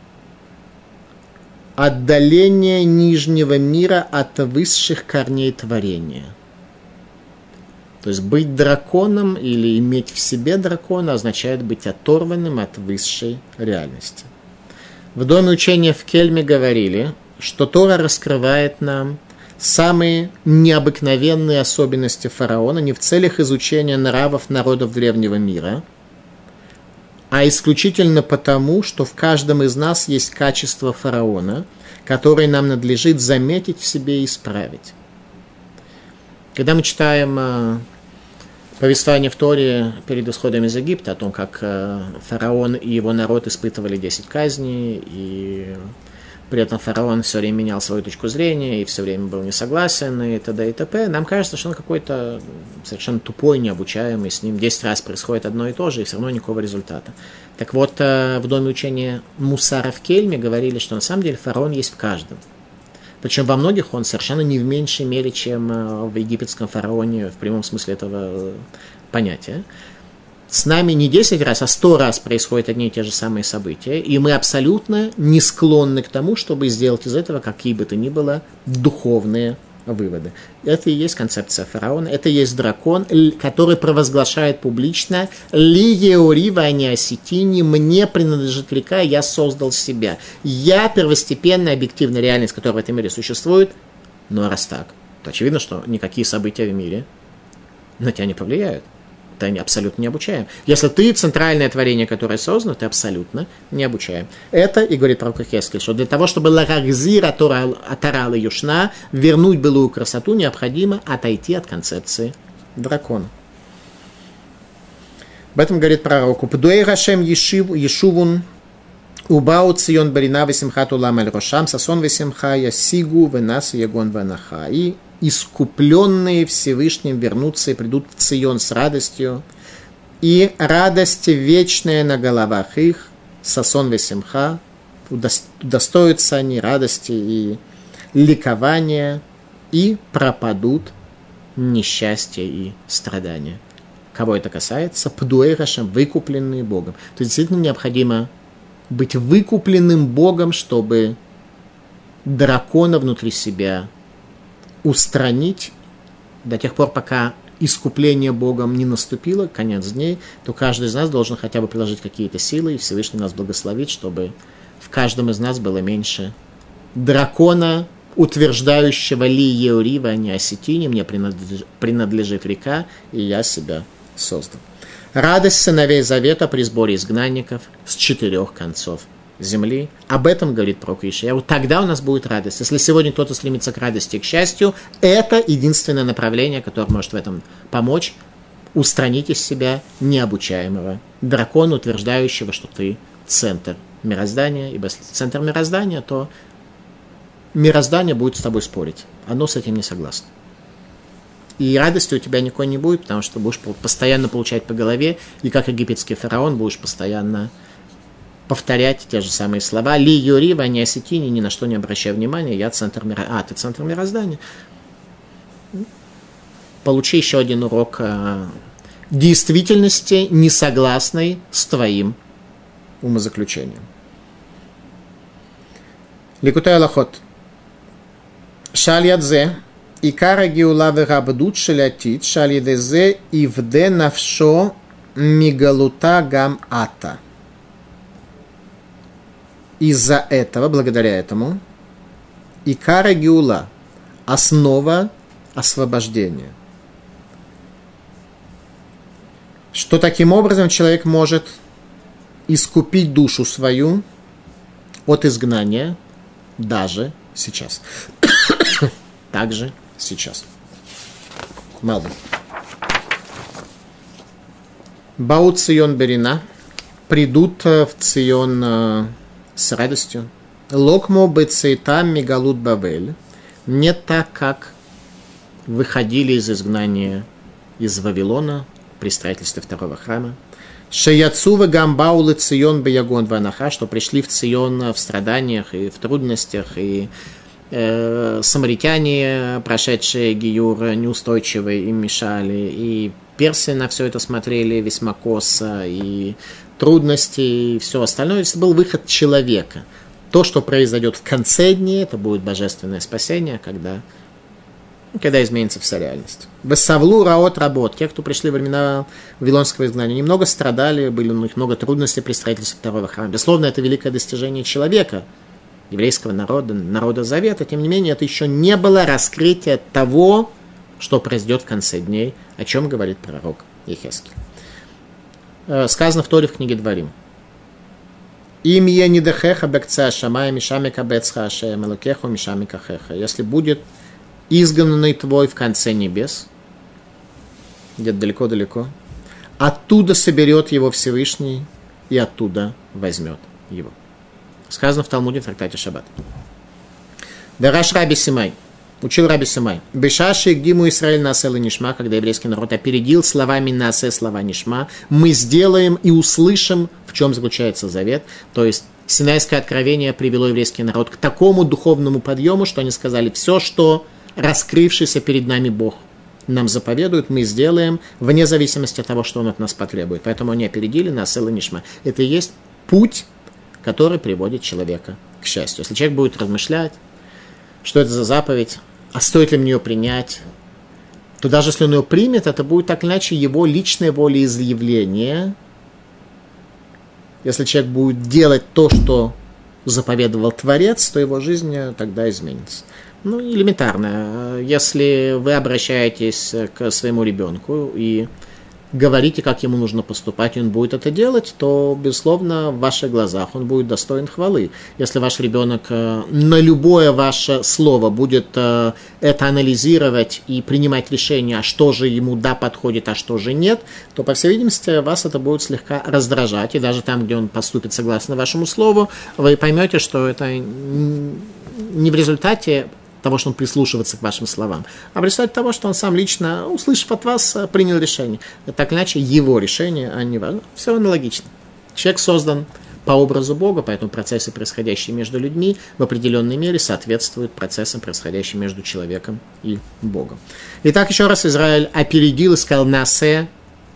отдаление нижнего мира от высших корней творения. То есть быть драконом или иметь в себе дракона означает быть оторванным от высшей реальности. В доме учения в Кельме говорили, что Тора раскрывает нам самые необыкновенные особенности фараона не в целях изучения нравов народов древнего мира, а исключительно потому, что в каждом из нас есть качество фараона, которые нам надлежит заметить в себе и исправить. Когда мы читаем повествование в Торе перед исходом из Египта, о том, как фараон и его народ испытывали 10 казней, и при этом фараон все время менял свою точку зрения и все время был не согласен, и т.д. и т.п. Нам кажется, что он какой-то совершенно тупой, необучаемый, с ним 10 раз происходит одно и то же, и все равно никакого результата. Так вот, в доме учения Мусара в Кельме говорили, что на самом деле фараон есть в каждом. Причем во многих он совершенно не в меньшей мере, чем в египетском фараоне, в прямом смысле этого понятия. С нами не 10 раз, а 100 раз происходят одни и те же самые события, и мы абсолютно не склонны к тому, чтобы сделать из этого какие бы то ни было духовные выводы. Это и есть концепция фараона, это и есть дракон, который провозглашает публично «Ли еори вани осетини, мне принадлежит река, я создал себя». Я первостепенная объективная реальность, которая в этом мире существует, но раз так, то очевидно, что никакие события в мире на тебя не повлияют. Ты абсолютно не обучаем. Если ты центральное творение, которое создано, ты абсолютно не обучаем. Это, и говорит пророк Йехескель, что для того, чтобы ларагзир атарал и юшна, вернуть былую красоту, необходимо отойти от концепции дракона. Об этом говорит пророк. «Пдуэй рашем ешувун убау цион барина весимхат улам аль рошам сасон весимха ясигу венас ягон венаха». И искупленные Всевышним вернутся и придут в Цион с радостью, и радость вечная на головах их, сасон весимха, удостоятся они радости и ликования, и пропадут несчастья и страдания. Кого это касается? Пдуэй рашем, выкупленные Богом. То есть действительно необходимо быть выкупленным Богом, чтобы дракона внутри себя устранить до тех пор, пока искупление Богом не наступило, конец дней, то каждый из нас должен хотя бы приложить какие-то силы, и Всевышний нас благословит, чтобы в каждом из нас было меньше дракона, утверждающего «Ли еори вани осетини, мне принадлежит река, и я себя создал». Радость сыновей Завета при сборе изгнанников с 4 концов земли. Об этом говорит пророк Ишаяу. Тогда у нас будет радость. Если сегодня кто-то стремится к радости и к счастью, это единственное направление, которое может в этом помочь. Устранить из себя необучаемого дракона, утверждающего, что ты центр мироздания. Ибо если ты центр мироздания, то мироздание будет с тобой спорить. Оно с этим не согласно. И радости у тебя никакой не будет, потому что будешь постоянно получать по голове, и как египетский фараон будешь постоянно повторять те же самые слова. Ли юри, вани осетини, ни на что не обращай внимания, я центр мироздания. Ты центр мироздания. Получи еще один урок действительности, не согласной с твоим умозаключением. Ликутай алахот. Шаль ядзе. Икара гиула вегабдут шелятит. Шаль ядзе ивде навшо мигалута гам ата. Из-за этого, благодаря этому, икара гиула, основа освобождения. Что таким образом человек может искупить душу свою от изгнания даже сейчас. Также сейчас. Мало. Баут Цион Берина. Придут в Цион с радостью. Локмо бецейтам мегалут бавель. Не так, как выходили из изгнания из Вавилона при строительстве второго храма. Шеяцува гамбаулы Цион беягон ванаха, что пришли в Цион в страданиях и в трудностях, и самаритяне, прошедшие гиюр, неустойчивые, им мешали, и персы на все это смотрели весьма косо, и трудности, и все остальное. Это был выход человека. То, что произойдет в конце дней, это будет божественное спасение, когда изменится вся реальность. Весавлу раот работ. Те, кто пришли во времена Вавилонского изгнания, немного страдали, были у них много трудностей при строительстве второго храма. Безусловно, это великое достижение человека, еврейского народа, народа Завета. Тем не менее, это еще не было раскрытие того, что произойдет в конце дней, о чем говорит пророк Йехескель. Сказано в Торе в книге Дворим. Им е нидехеха бекца шамай мишами кабецха ашем элокеху мишами кахеха. Если будет изгнанный твой в конце небес, где-то далеко-далеко, оттуда соберет его Всевышний и оттуда возьмет его. Сказано в Талмуде в трактате Шаббат. Дараш Раби Симай. Учил Раби Симай. Бешаши гдиму Исраэль насе нишма, когда еврейский народ опередил словами насе слова нишма, мы сделаем и услышим, в чем заключается завет. То есть Синайское откровение привело еврейский народ к такому духовному подъему, что они сказали, все, что раскрывшийся перед нами Бог нам заповедует, мы сделаем, вне зависимости от того, что Он от нас потребует. Поэтому они опередили насе нишма. Это и есть путь, который приводит человека к счастью. Если человек будет размышлять, что это за заповедь, а стоит ли мне ее принять, то даже если он ее примет, это будет так или иначе его личное волеизъявление. Если человек будет делать то, что заповедовал Творец, то его жизнь тогда изменится. Ну, элементарно. Если вы обращаетесь к своему ребенку и говорите, как ему нужно поступать, и он будет это делать, то, безусловно, в ваших глазах он будет достоин хвалы. Если ваш ребенок на любое ваше слово будет это анализировать и принимать решение, а что же ему да подходит, а что же нет, то, по всей видимости, вас это будет слегка раздражать. И даже там, где он поступит согласно вашему слову, вы поймете, что это не в результате того, что он прислушивается к вашим словам, а в результате того, что он сам лично, услышав от вас, принял решение. Так или иначе, его решение, а не ваше. Все аналогично. Человек создан по образу Бога, поэтому процессы, происходящие между людьми, в определенной мере соответствуют процессам, происходящим между человеком и Богом. Итак, еще раз Израиль опередил и сказал «Насе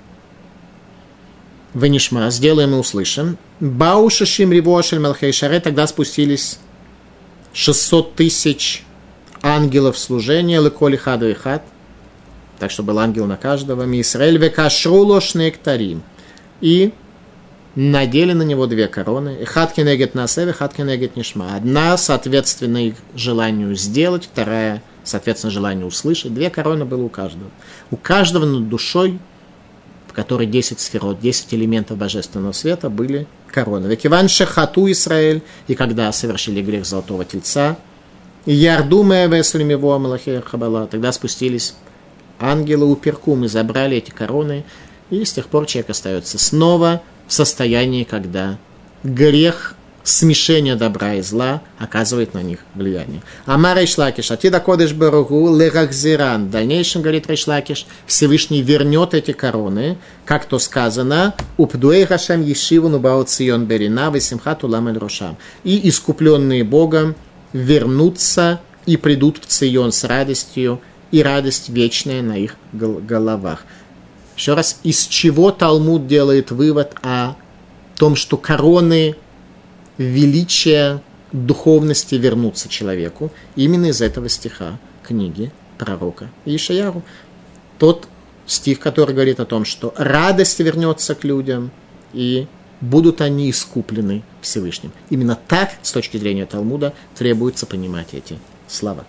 венишма», сделаем и услышим. «Баушашим ривошель малхей шаре», тогда спустились 600 тысяч ангелов служения, леколи хаду и хат, так что был ангел на каждого, Мисраэль векашру лошный эктарим, и надели на него 2 короны, и хат кенегет насеве, хат кенегет нишма. Одна, соответственно, их желанию сделать, вторая, соответственно, желанию услышать. 2 короны было у каждого. У каждого над душой, в которой 10 сферот, 10 элементов божественного света, были короны. Векиван шехату Исраэль, и когда совершили грех золотого тельца, Ярдумая веслимево малахея хабала, тогда спустились ангелы у Перкум и забрали эти короны, и с тех пор человек остается снова в состоянии, когда грех смешение добра и зла оказывает на них влияние. Амар Рейш Лакиш, Атида Кодеш Баругу Лерахзиран. В дальнейшем, говорит Рейш Лакиш, Всевышний вернет эти короны, как то сказано, Упдуэй Хашем Ешиву Нубаот Сион Берина Весимхат Улам Эль Рошам. И искупленные Богом вернутся и придут в Цион с радостью, и радость вечная на их головах. Еще раз, из чего Талмуд делает вывод о том, что короны величия духовности вернутся человеку, именно из этого стиха книги пророка Ишаяху. Тот стих, который говорит о том, что радость вернется к людям, и будут они искуплены Всевышним. Именно так, с точки зрения Талмуда, требуется понимать эти слова.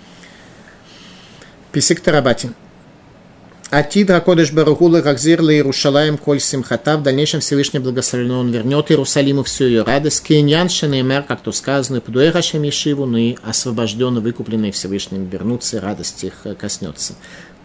Писик Тарабати. Атидра Кодеш Барухула Рахзир Ле Иерушалаем Коль Симхата. В дальнейшем Всевышний благословен, он вернет Иерусалиму всю ее радость. Киньян Шенеймер, как то сказано, Пудуэ Хашем Ешиву, но и освобожденные, выкупленные Всевышним вернутся, и радость их коснется.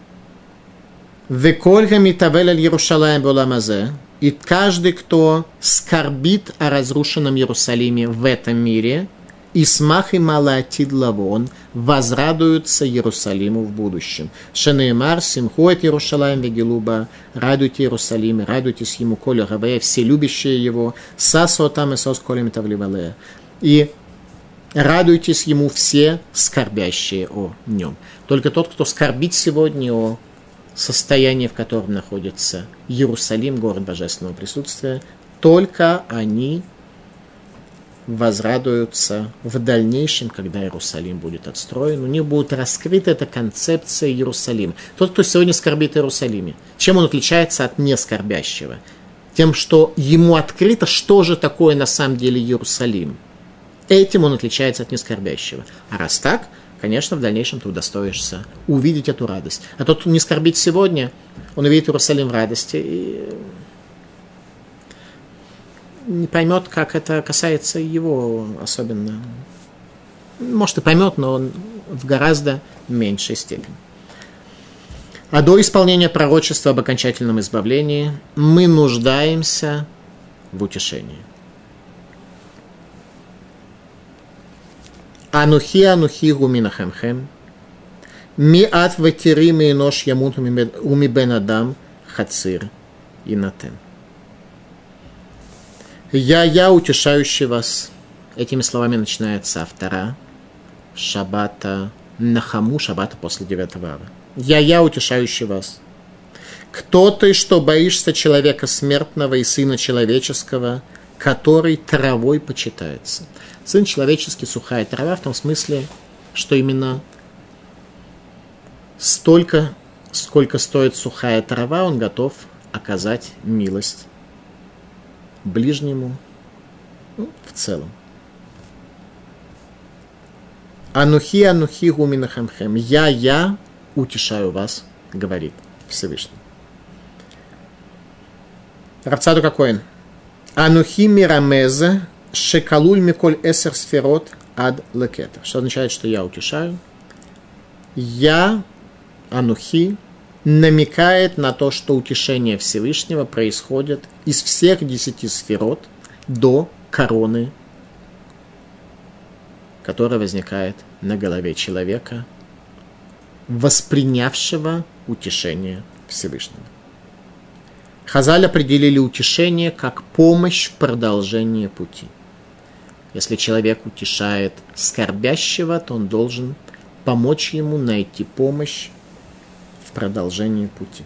Векольга Митавель Аль Иерушалаем Боламазе. И каждый, кто скорбит о разрушенном Иерусалиме в этом мире, Исмах и Малаатид Лавон, возрадуются Иерусалиму в будущем. Шенеймар, Симхуэт Иерушалаем Вегилуба, радуйте Иерусалим, радуйтесь ему, Коля Гавея, все любящие его, Сасо там и Сос Колем Тавливалея. И радуйтесь ему все скорбящие о нем. Только тот, кто скорбит сегодня о состоянии, в котором находится Иерусалим, город божественного присутствия, только они возрадуются в дальнейшем, когда Иерусалим будет отстроен. У них будет раскрыта эта концепция Иерусалима. Тот, кто сегодня скорбит о Иерусалиме, чем он отличается от нескорбящего? Тем, что ему открыто, что же такое на самом деле Иерусалим. Этим он отличается от нескорбящего. А раз так, конечно, в дальнейшем ты удостоишься увидеть эту радость. А тот, кто не скорбит сегодня, он увидит Иерусалим в радости и не поймет, как это касается его особенно. Может, и поймет, но он в гораздо меньшей степени. А до исполнения пророчества об окончательном избавлении мы нуждаемся в утешении. Анухи, анухи гуминахемхем, миат ватири мейнош ямут уми бен адам хацир и натем. Я утешающий вас. Этими словами начинается автора Шаббата Нахаму, Шаббата после 9 ава. Я утешающий вас. Кто ты, что боишься человека смертного и сына человеческого, который травой почитается? Сын человеческий, сухая трава, в том смысле, что именно столько, сколько стоит сухая трава, он готов оказать милость ближнему, в целом. Анухи, анухи гуминахамхем. Я утешаю вас, говорит Всевышний. Рав Цадок ха-Коэн. Анухи мирамезе шекалуль миколь эсер сферот ад лекетер. Что означает, что я утешаю? Я, анухи, намекает на то, что утешение Всевышнего происходит из всех 10 сферот до короны, которая возникает на голове человека, воспринявшего утешение Всевышнего. Хазаль определили утешение как помощь в продолжении пути. Если человек утешает скорбящего, то он должен помочь ему найти помощь в продолжении пути.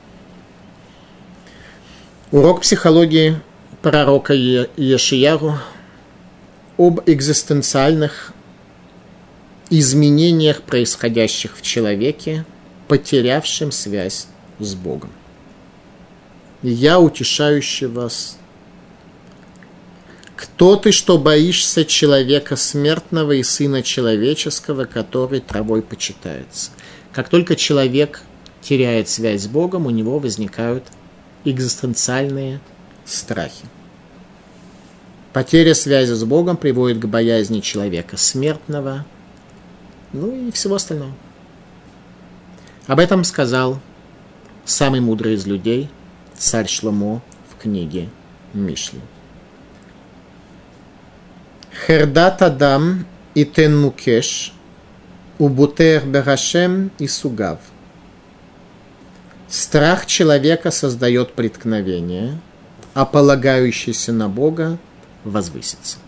Урок психологии пророка Йешияру об экзистенциальных изменениях, происходящих в человеке, потерявшем связь с Богом. Я утешающий вас. Кто ты, что боишься человека смертного и сына человеческого, который травой почитается? Как только человек теряет связь с Богом, у него возникают экзистенциальные страхи. Потеря связи с Богом приводит к боязни человека смертного, и всего остального. Об этом сказал самый мудрый из людей, царь Шломо, в книге Мишли. Хердат Адам и Тен Мукеш, Убутер Берашем и Сугав. Страх человека создает преткновение, а полагающийся на Бога возвысится.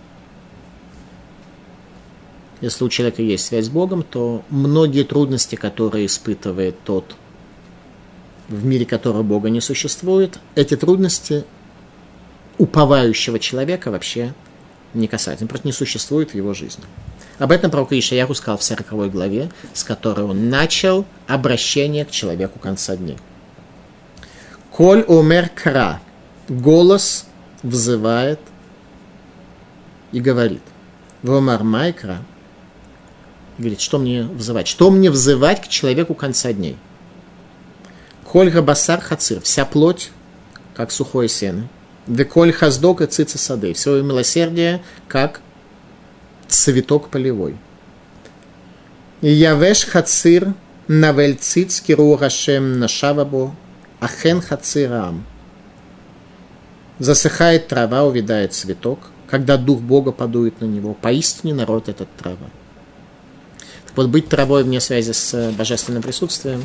Если у человека есть связь с Богом, то многие трудности, которые испытывает тот, в мире которого Бога не существует, эти трудности уповающего человека вообще не касаются, просто не существуют в его жизни. Об этом пророк Ишаяху сказал в 40 главе, с которой он начал обращение к человеку конца дней. Коль омер кра, голос взывает и говорит. Вомар майкра, говорит, что мне взывать? Что мне взывать к человеку конца дней? Коль габасар хацир, вся плоть, как сухое сено. Веколь хаздок и цица сады, все милосердие, как цветок полевой. И явеш хацир навель циц киру рашем нашавабо, ахен хацирам. Засыхает трава, увядает цветок, когда дух Бога подует на него. Поистине народ этот трава. Так вот, быть травой вне связи с божественным присутствием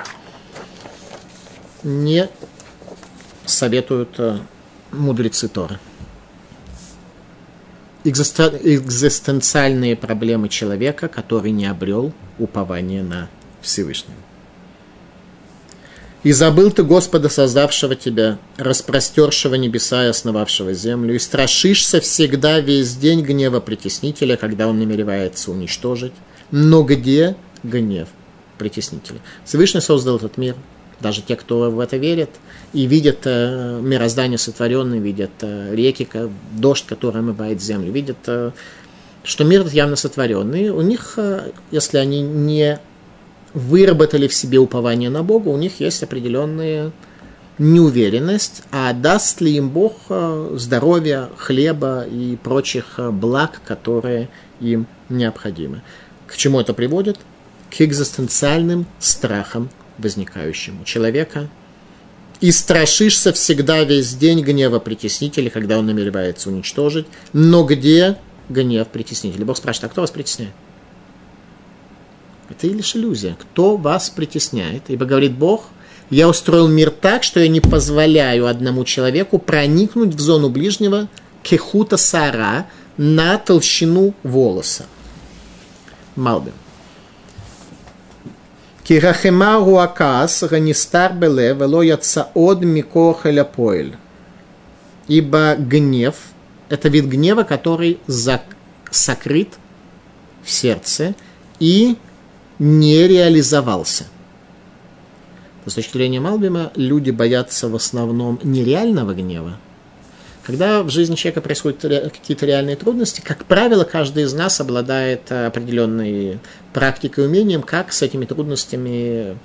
не советуют мудрецы Торы. Экзистенциальные проблемы человека, который не обрел упование на Всевышнего. «И забыл ты Господа, создавшего тебя, распростершего небеса и основавшего землю, и страшишься всегда весь день гнева притеснителя, когда он намеревается уничтожить. Но где гнев притеснителя?» Всевышний создал этот мир. Даже те, кто в это верит и видят мироздание сотворенное, видят реки, дождь, который омывает землю, видят, что мир явно сотворенный. У них, если они не выработали в себе упование на Бога, у них есть определенная неуверенность, а даст ли им Бог здоровья, хлеба и прочих благ, которые им необходимы. К чему это приводит? К экзистенциальным страхам, возникающим у человека. «И страшишься всегда весь день гнева притеснителя, когда он намеревается уничтожить. Но где гнев притеснителя?» Бог спрашивает, а кто вас притесняет? Это лишь иллюзия. Кто вас притесняет? Ибо говорит Бог, я устроил мир так, что я не позволяю одному человеку проникнуть в зону ближнего кехута сара на толщину волоса. Малбим. Кирахема руакас ганистар беле вело яцаод микохеля поэль. Ибо гнев – это вид гнева, который сокрыт в сердце и не реализовался. С точки зрения Малбима, люди боятся в основном нереального гнева. Когда в жизни человека происходят какие-то реальные трудности, как правило, каждый из нас обладает определенной практикой и умением, как с этими трудностями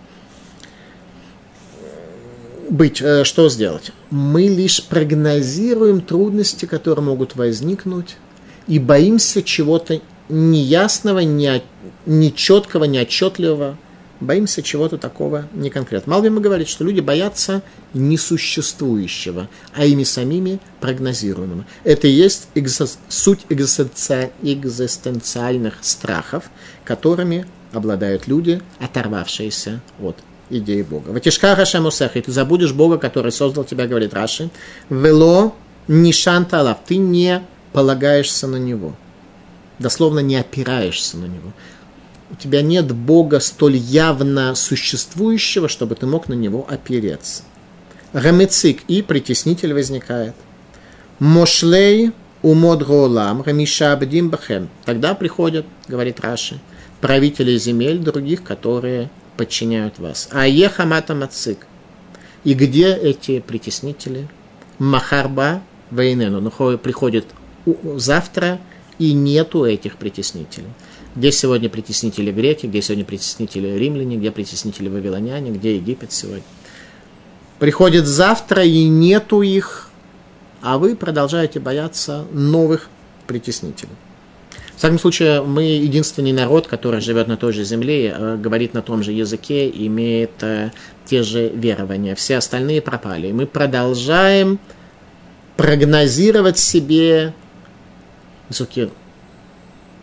быть, что сделать. Мы лишь прогнозируем трудности, которые могут возникнуть, и боимся чего-то неясного, нечеткого, неотчетливого. Боимся чего-то такого неконкретного. Малбим говорит, что люди боятся несуществующего, а ими самими прогнозируемого. Это и есть суть экзистенциальных страхов, которыми обладают люди, оторвавшиеся от идеи Бога. «Ватишка Рашем Усех», и ты забудешь Бога, который создал тебя, говорит Раши, «Вело нишанта алав», ты не полагаешься на Него, дословно не опираешься на Него. У тебя нет Бога столь явно существующего, чтобы ты мог на Него опереться. Рамецик, и притеснитель возникает. Мошлей умод гоолам рамиша абдим бахем. Тогда приходят, говорит Раши, правители земель других, которые подчиняют вас. А ехамата мацик. И где эти притеснители? Махарба вейнену. Ну, приходит завтра, и нету этих притеснителей. Где сегодня притеснители греки, где сегодня притеснители римляне, где притеснители вавилоняне, где Египет сегодня. Приходит завтра, и нету их, а вы продолжаете бояться новых притеснителей. В всяком случае, мы единственный народ, который живет на той же земле, говорит на том же языке, имеет те же верования. Все остальные пропали. Мы продолжаем прогнозировать себе высокие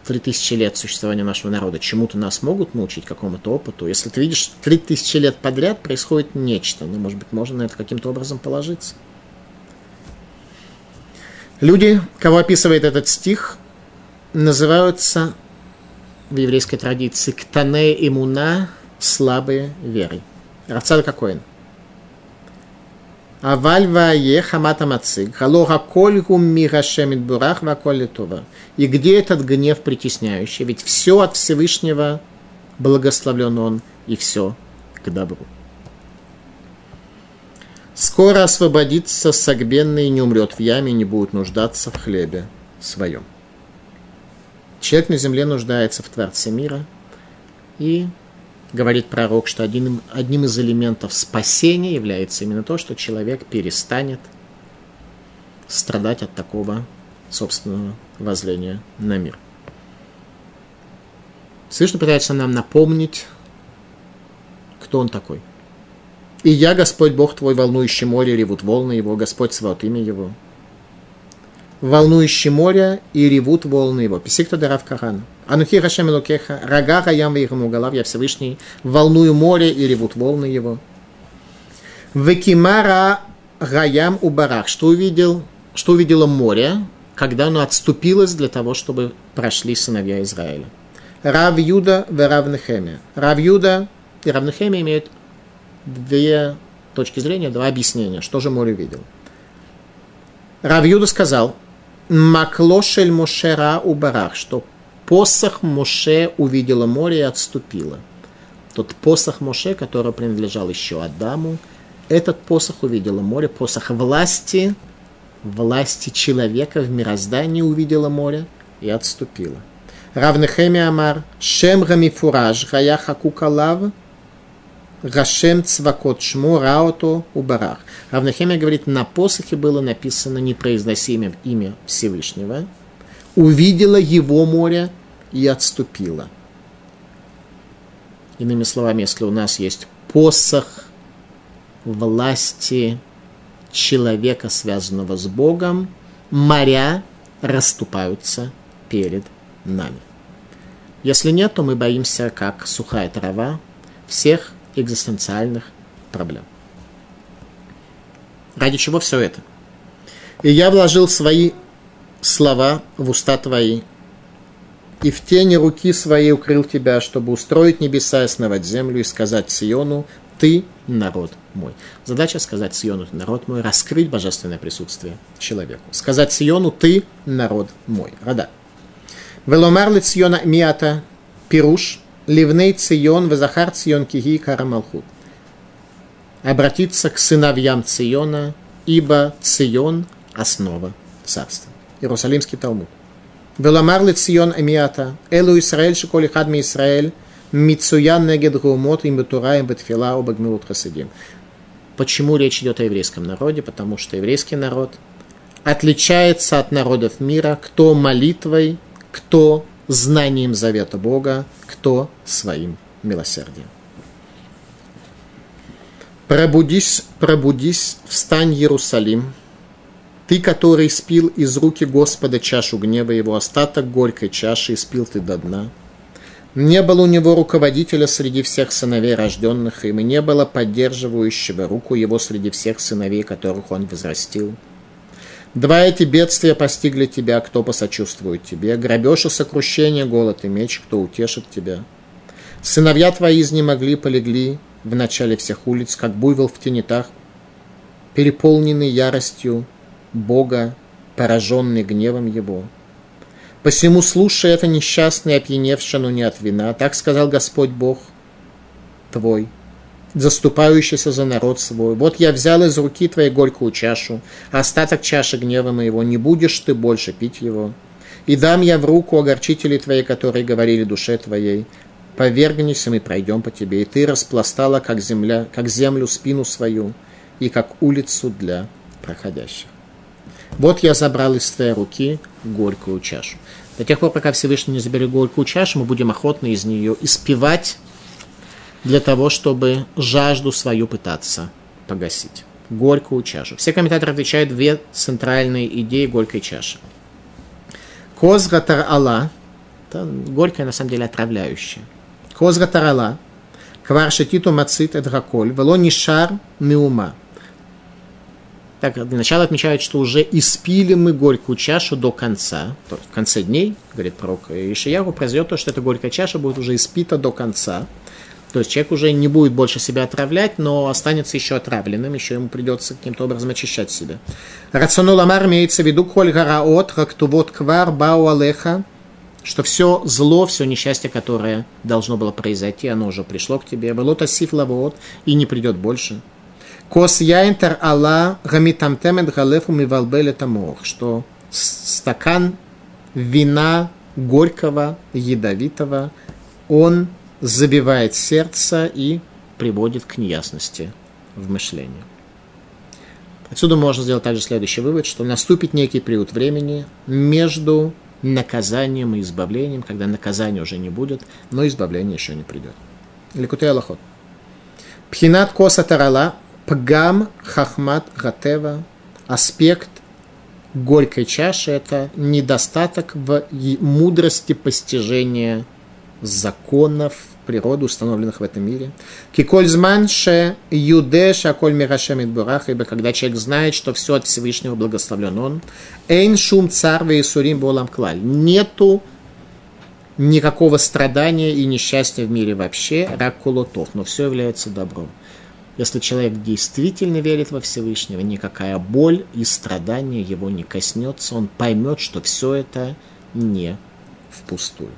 3000 лет существования нашего народа чему-то нас могут научить, какому-то опыту. Если ты видишь, 3000 лет подряд происходит нечто, может быть, можно на это каким-то образом положиться. Люди, кого описывает этот стих, называются в еврейской традиции ктане имуна, слабые верой. Рав Цадок ха-Коэн. Аваль вае хамата мациг, халога кольгу мигашемит бурах ваколь това. И где этот гнев притесняющий? Ведь все от Всевышнего благословлен он, и все к добру. Скоро освободится согбенный и не умрет в яме, и не будет нуждаться в хлебе своем. Человек на земле нуждается в Творце мира, и говорит пророк, что одним из элементов спасения является именно то, что человек перестанет страдать от такого собственного воззрения на мир. Всевышний пытается нам напомнить, кто он такой. «И я, Господь Бог твой, волнующий море, ревут волны его, Господь Саваот, имя его». Волнующий море и ревут волны его. Писик-то дарав Коран. Анухи Хашем Элокеха, рага хаям вейхаму галав, я Всевышний, волную море и ревут волны его. Векимара гаям убарах. Что увидело море, когда оно отступилось для того, чтобы прошли сыновья Израиля? Рав Юда в Рав Нехемия. Рав Юда и Рав Нехемия имеют две точки зрения, два объяснения, что же море видел. Рав Юда сказал, Маклошель Мошера убарах, что посох Моше увидела море и отступила. Тот посох Моше, который принадлежал еще Адаму, этот посох увидела море, посох власти человека в мироздании увидела море и отступила. Рав Нехемия амар, Шем гамифураж, гая хакукалав, Гашем цвакот шму раото убарах. Рав Нехемия говорит, на посохе было написано непроизносимое имя Всевышнего, увидела его море и отступила. Иными словами, если у нас есть посох власти человека, связанного с Богом, моря расступаются перед нами. Если нет, то мы боимся, как сухая трава, всех экзистенциальных проблем. Ради чего все это? И я вложил свои слова в уста твои, и в тени руки своей укрыл тебя, чтобы устроить небеса и основать землю, и сказать Сиону, ты народ мой. Задача сказать Сиону, ты народ мой, раскрыть божественное присутствие человеку. Сказать Сиону, ты народ мой. Рада. Веломар ли Циона миата пируш, Ливней Цион, Вазахар Цион Киги Карамалхут. Обратиться к сыновьям Циона, ибо Цион – основа царства. Иерусалимский Талмуд. Веламар ли Цион Амиата, Элу Исраэль, Шиколи Хадми Исраэль, Мицуян Негед Гумот, им Бетураем, Бетфила, Обагмилут Хасидим. Почему речь идет о еврейском народе? Потому что еврейский народ отличается от народов мира, кто молитвой, кто знанием завета Бога, кто своим милосердием. Пробудись, пробудись, встань, Иерусалим, ты, который спил из руки Господа чашу гнева его, остаток горькой чаши, и спил ты до дна. Не было у него руководителя среди всех сыновей, рожденных им, и не было поддерживающего руку его среди всех сыновей, которых он возрастил. Два эти бедствия постигли тебя, кто посочувствует тебе, грабеж и сокрушение, голод и меч, кто утешит тебя. Сыновья твои изнемогли, полегли в начале всех улиц, как буйвол в тенетах, переполненный яростью Бога, пораженный гневом его. Посему слушай это несчастный, опьяневший, но не от вина. Так сказал Господь Бог твой, заступающийся за народ свой. Вот я взял из руки твоей горькую чашу, а остаток чаши гнева моего, не будешь ты больше пить его. И дам я в руку огорчителей твоей, которые говорили душе твоей, повергнись, и мы пройдем по тебе. И ты распластала, как землю, спину свою, и как улицу для проходящих. Вот я забрал из твоей руки горькую чашу. До тех пор, пока Всевышний не заберет горькую чашу, мы будем охотно из нее испевать, для того, чтобы жажду свою пытаться погасить. Горькую чашу. Все комментаторы отвечают две центральные идеи горькой чаши. Козгатар Алла, Это горькое, на самом деле, отравляющее. Козра тарала, квар шетиту мацит эдраколь, вело нишар миума. Так, для начала отмечают, что уже испили мы горькую чашу до конца. То есть в конце дней, говорит пророк Ишаяху, произойдет то, что эта горькая чаша будет уже испита до конца. То есть человек уже не будет больше себя отравлять, но останется еще отравленным, еще ему придется каким-то образом очищать себя. Рационул амар имеется в виду коль гараот, рактувот квар бау алеха, что все зло, все несчастье, которое должно было произойти, оно уже пришло к тебе. Было тасиф лавот и не придет больше. Кос яинтер алла гамитамтемет галефу мивалбеле тамох, что стакан вина горького, ядовитого, он забивает сердце и приводит к неясности в мышлении. Отсюда можно сделать также следующий вывод, что наступит некий период времени между наказанием и избавлением, когда наказания уже не будет, но избавление еще не придет. Ликутей алахот. Пхинат коса тарала пгам хахмат гатева. Аспект горькой чаши – это недостаток в мудрости постижения законов природы, установленных в этом мире. Кикользман ше юде шаколь мирашем идбурах, ибо когда человек знает, что все от Всевышнего благословлен он, эйн шум цар веисурим болам клаль. Нету никакого страдания и несчастья в мире вообще, рак кулотов, но все является добром. Если человек действительно верит во Всевышнего, никакая боль и страдание его не коснется, он поймет, что все это не впустую.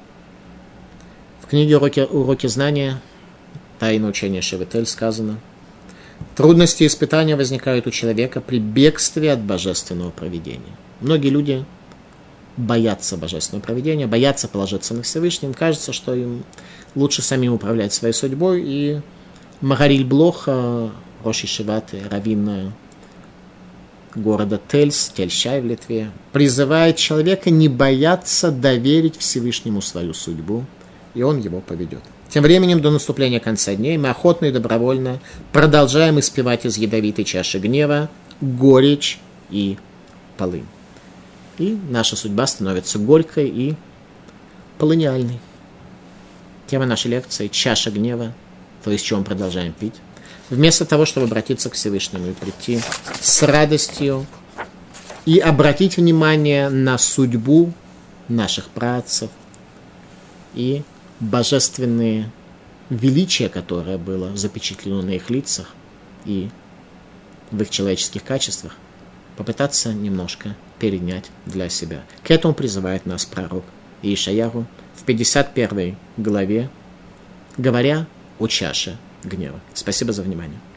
В книге «Уроки знания», «Тайна учения Шевитель» сказано: трудности и испытания возникают у человека при бегстве от божественного провидения. Многие люди боятся божественного провидения, боятся положиться на Всевышнего, им кажется, что им лучше самим управлять своей судьбой, и Магариль Блох, рош ешиват, раввин города Тельс, Тельщай в Литве, призывает человека не бояться доверить Всевышнему свою судьбу, и он его поведет. Тем временем, до наступления конца дней, мы охотно и добровольно продолжаем испевать из ядовитой чаши гнева горечь и полынь. И наша судьба становится горькой и полыниальной. Тема нашей лекции – чаша гнева, то есть, чем мы продолжаем пить. Вместо того, чтобы обратиться к Всевышнему и прийти с радостью и обратить внимание на судьбу наших праотцев и божественные величия, которое было запечатлено на их лицах и в их человеческих качествах, попытаться немножко перенять для себя. К этому призывает нас пророк Ишаяху в 51 главе, говоря о чаше гнева. Спасибо за внимание.